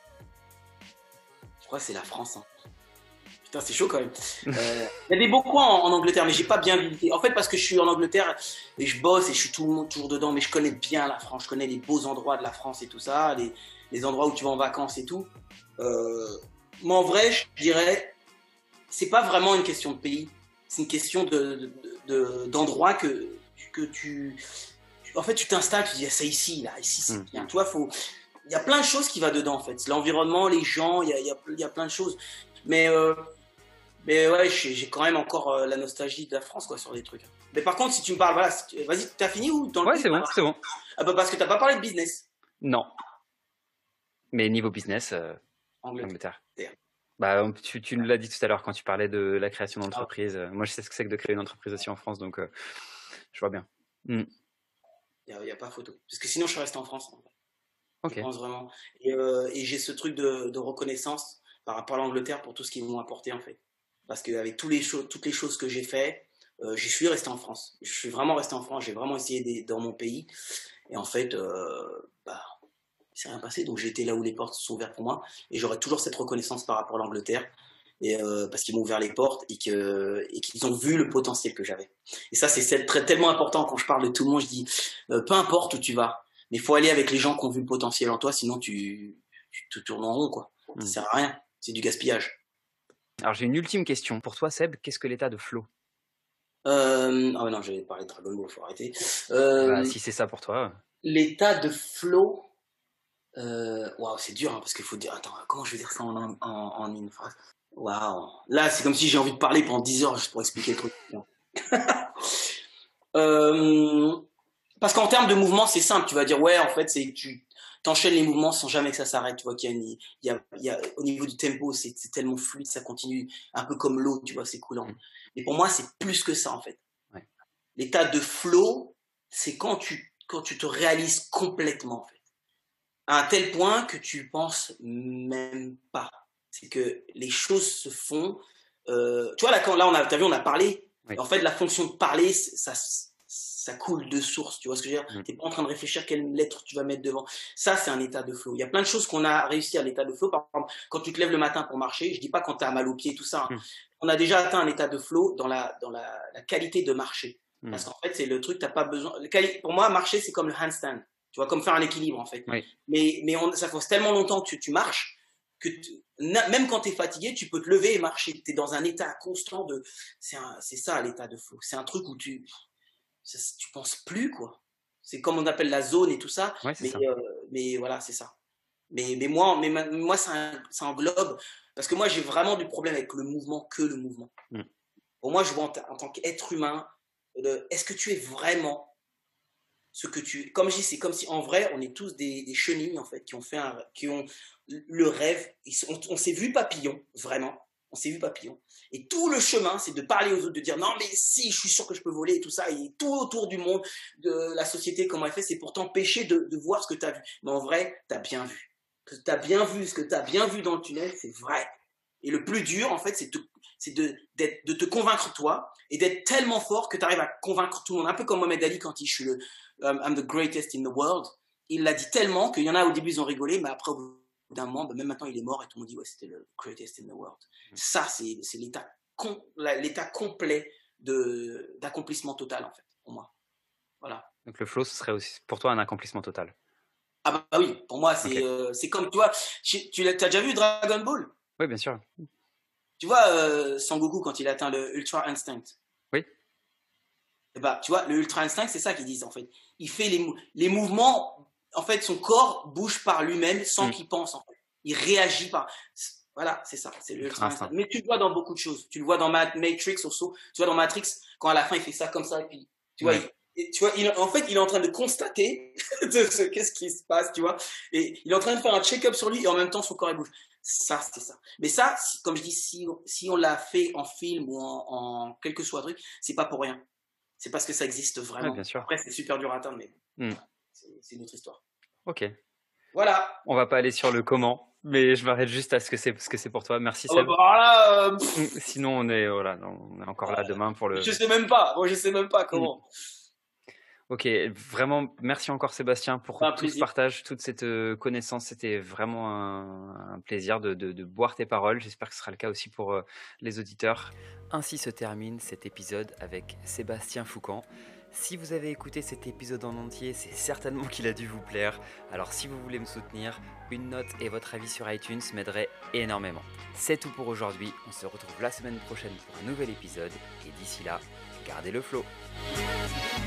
Je crois que c'est la France. Hein. Putain, c'est chaud quand même. Euh, Il y a des beaux coins en, en Angleterre, mais j'ai pas bien visité. En fait, parce que je suis en Angleterre et je bosse et je suis tout le monde toujours dedans, mais je connais bien la France. Je connais les beaux endroits de la France et tout ça, les, les endroits où tu vas en vacances et tout. Euh, moi, en vrai, je dirais, c'est pas vraiment une question de pays. C'est une question de, de, d'endroit que, que tu. En fait, tu t'installes, tu dis, ah, c'est ici, là, ici, c'est Mm. bien. Tu vois, faut. Il y a plein de choses qui vont dedans, en fait. L'environnement, les gens, il y a, il y a, il y a plein de choses. Mais. Euh, Mais ouais, j'ai j'ai quand même encore euh, la nostalgie de la France quoi, sur des trucs. Mais par contre, si tu me parles, voilà, si tu- vas-y, t'as fini ou dans le Ouais, quiz, c'est bon, voilà. c'est bon. Ah bah parce que t'as pas parlé de business. Non. Mais niveau business, euh, Angleterre. Angleterre. Bah, on- tu, tu nous l'as dit tout à l'heure quand tu parlais de la création Ah. d'entreprise. Euh, Moi, je sais ce que c'est que de créer une entreprise aussi en France, donc euh, je vois bien. Mm. Il n'y a, y a pas photo. Parce que sinon, je serais resté en France. En fait. Ok. Je pense vraiment. Et, euh, et j'ai ce truc de, de reconnaissance par rapport à l'Angleterre pour tout ce qu'ils m'ont apporté en fait. Parce qu'avec tous les choses, toutes les choses que j'ai fait, euh, j'y suis resté en France. Je suis vraiment resté en France. J'ai vraiment essayé d'être dans mon pays. Et en fait, euh, bah, il s'est rien passé. Donc j'ai été là où les portes se sont ouvertes pour moi. Et j'aurai toujours cette reconnaissance par rapport à l'Angleterre. Et euh, parce qu'ils m'ont ouvert les portes et que et qu'ils ont vu le potentiel que j'avais. Et ça, c'est très, tellement important quand je parle de tout le monde. Je dis, euh, peu importe où tu vas, mais il faut aller avec les gens qui ont vu le potentiel en toi, sinon tu, tu te tournes en rond, quoi. Ça Mm. sert à rien. C'est du gaspillage. Alors, j'ai une ultime question. Pour toi, Seb, qu'est-ce que l'état de flow? Euh... Ah ouais, non, j'allais parler de Dragon Ball, faut arrêter. Euh... Bah, si c'est ça pour toi. L'état de flow. Euh... Waouh, c'est dur, hein, parce qu'il faut dire. Attends, comment je vais dire ça en, en, en une phrase? Waouh. Là, c'est comme si j'ai envie de parler pendant dix heures juste pour expliquer le truc. euh... Parce qu'en termes de mouvement, c'est simple. Tu vas dire, ouais, en fait, c'est tu t'enchaînes les mouvements sans jamais que ça s'arrête. Tu vois qu'il y a, une, il y a, il y a au niveau du tempo, c'est, c'est tellement fluide, ça continue un peu comme l'eau, tu vois, c'est coulant. Et pour moi, c'est plus que ça en fait. Ouais. L'état de flow, c'est quand tu quand tu te réalises complètement en fait, à un tel point que tu penses même pas. C'est que les choses se font. Euh, tu vois là, quand là on a, t'as vu, on a parlé. Oui. En fait, la fonction de parler, ça. ça coule de source, tu vois ce que je veux dire? Mmh. Tu n'es pas en train de réfléchir quelle lettre tu vas mettre devant. Ça, c'est un état de flow. Il y a plein de choses qu'on a réussi à l'état de flow. Par exemple, quand tu te lèves le matin pour marcher, je dis pas quand tu as mal aux pieds, tout ça. Hein. Mmh. On a déjà atteint un état de flow dans la, dans la, la qualité de marcher. Mmh. Parce qu'en fait, c'est le truc, tu n'as pas besoin. Pour moi, marcher, c'est comme le handstand. Tu vois, comme faire un équilibre, en fait. Oui. Mais, mais on, ça fait tellement longtemps que tu, tu marches que tu, même quand tu es fatigué, tu peux te lever et marcher. Tu es dans un état constant de. C'est, un, c'est ça, l'état de flow. C'est un truc où tu. Ça, tu penses plus, quoi. C'est comme on appelle la zone et tout ça. Ouais, mais, ça. Euh, mais voilà, c'est ça. Mais, mais moi, mais moi ça, ça englobe. Parce que moi, j'ai vraiment du problème avec le mouvement que le mouvement. Mm. Pour moi, je vois en, t- en tant qu'être humain, le, est-ce que tu es vraiment ce que tu. Comme je dis, c'est comme si en vrai, on est tous des, des chenilles, en fait, qui ont fait un. Qui ont le rêve. On, on s'est vu papillon, vraiment. On s'est vu papillon. Et tout le chemin, c'est de parler aux autres, de dire non, mais si, je suis sûr que je peux voler et tout ça. Et tout autour du monde, de la société, comment elle fait, c'est pour t'empêcher de, de voir ce que tu as vu. Mais en vrai, tu as bien vu. Que tu as bien vu, ce que tu as bien vu dans le tunnel, c'est vrai. Et le plus dur, en fait, c'est, te, c'est de, d'être, de te convaincre toi et d'être tellement fort que tu arrives à convaincre tout le monde. Un peu comme Mohamed Ali quand il dit « Je suis le um, I'm the greatest in the world ». Il l'a dit tellement qu'il y en a au début, ils ont rigolé, mais après, d'un moment, ben même maintenant il est mort et tout le monde dit ouais c'était le greatest in the world. Mmh. Ça c'est, c'est l'état, com- l'état complet de, d'accomplissement total en fait pour moi. Voilà. Donc le flow ce serait aussi pour toi un accomplissement total. Ah bah oui, pour moi c'est, okay. euh, c'est comme tu vois, tu, tu as déjà vu Dragon Ball? Oui bien sûr. Tu vois euh, Sangoku quand il atteint le Ultra Instinct. Oui. Et bah tu vois le Ultra Instinct c'est ça qu'ils disent en fait. Il fait les, les mouvements. En fait, son corps bouge par lui-même sans mmh. qu'il pense. En fait. Il réagit par. Voilà, c'est ça. C'est le instinct. Mais tu le vois dans beaucoup de choses. Tu le vois dans Matrix aussi. Tu vois dans Matrix, quand à la fin il fait ça comme ça, et puis tu vois, ouais. il, tu vois, il, en fait, il est en train de constater de ce, qu'est-ce qui se passe, tu vois. Et il est en train de faire un check-up sur lui et en même temps son corps il bouge. Ça, c'est ça. Mais ça, si, comme je dis, si, si on l'a fait en film ou en, en quel que soit truc, c'est pas pour rien. C'est parce que ça existe vraiment. Ouais, bien sûr. Après, c'est super dur à atteindre, mais. Mmh. C'est, c'est une autre histoire. Ok. Voilà. On va pas aller sur le comment, mais je m'arrête juste à ce que c'est, ce que c'est pour toi. Merci Seb. Oh, bah là, euh... Sinon on est voilà, on est encore là demain pour le. Je sais même pas. Moi je sais même pas comment. Ok, vraiment merci encore Sébastien pour un tout plaisir. Ce partage, toute cette connaissance. C'était vraiment un, un plaisir de, de, de boire tes paroles. J'espère que ce sera le cas aussi pour euh, les auditeurs. Ainsi se termine cet épisode avec Sébastien Foucan. Si vous avez écouté cet épisode en entier, c'est certainement qu'il a dû vous plaire. Alors si vous voulez me soutenir, une note et votre avis sur iTunes m'aiderait énormément. C'est tout pour aujourd'hui. On se retrouve la semaine prochaine pour un nouvel épisode. Et d'ici là, gardez le flow.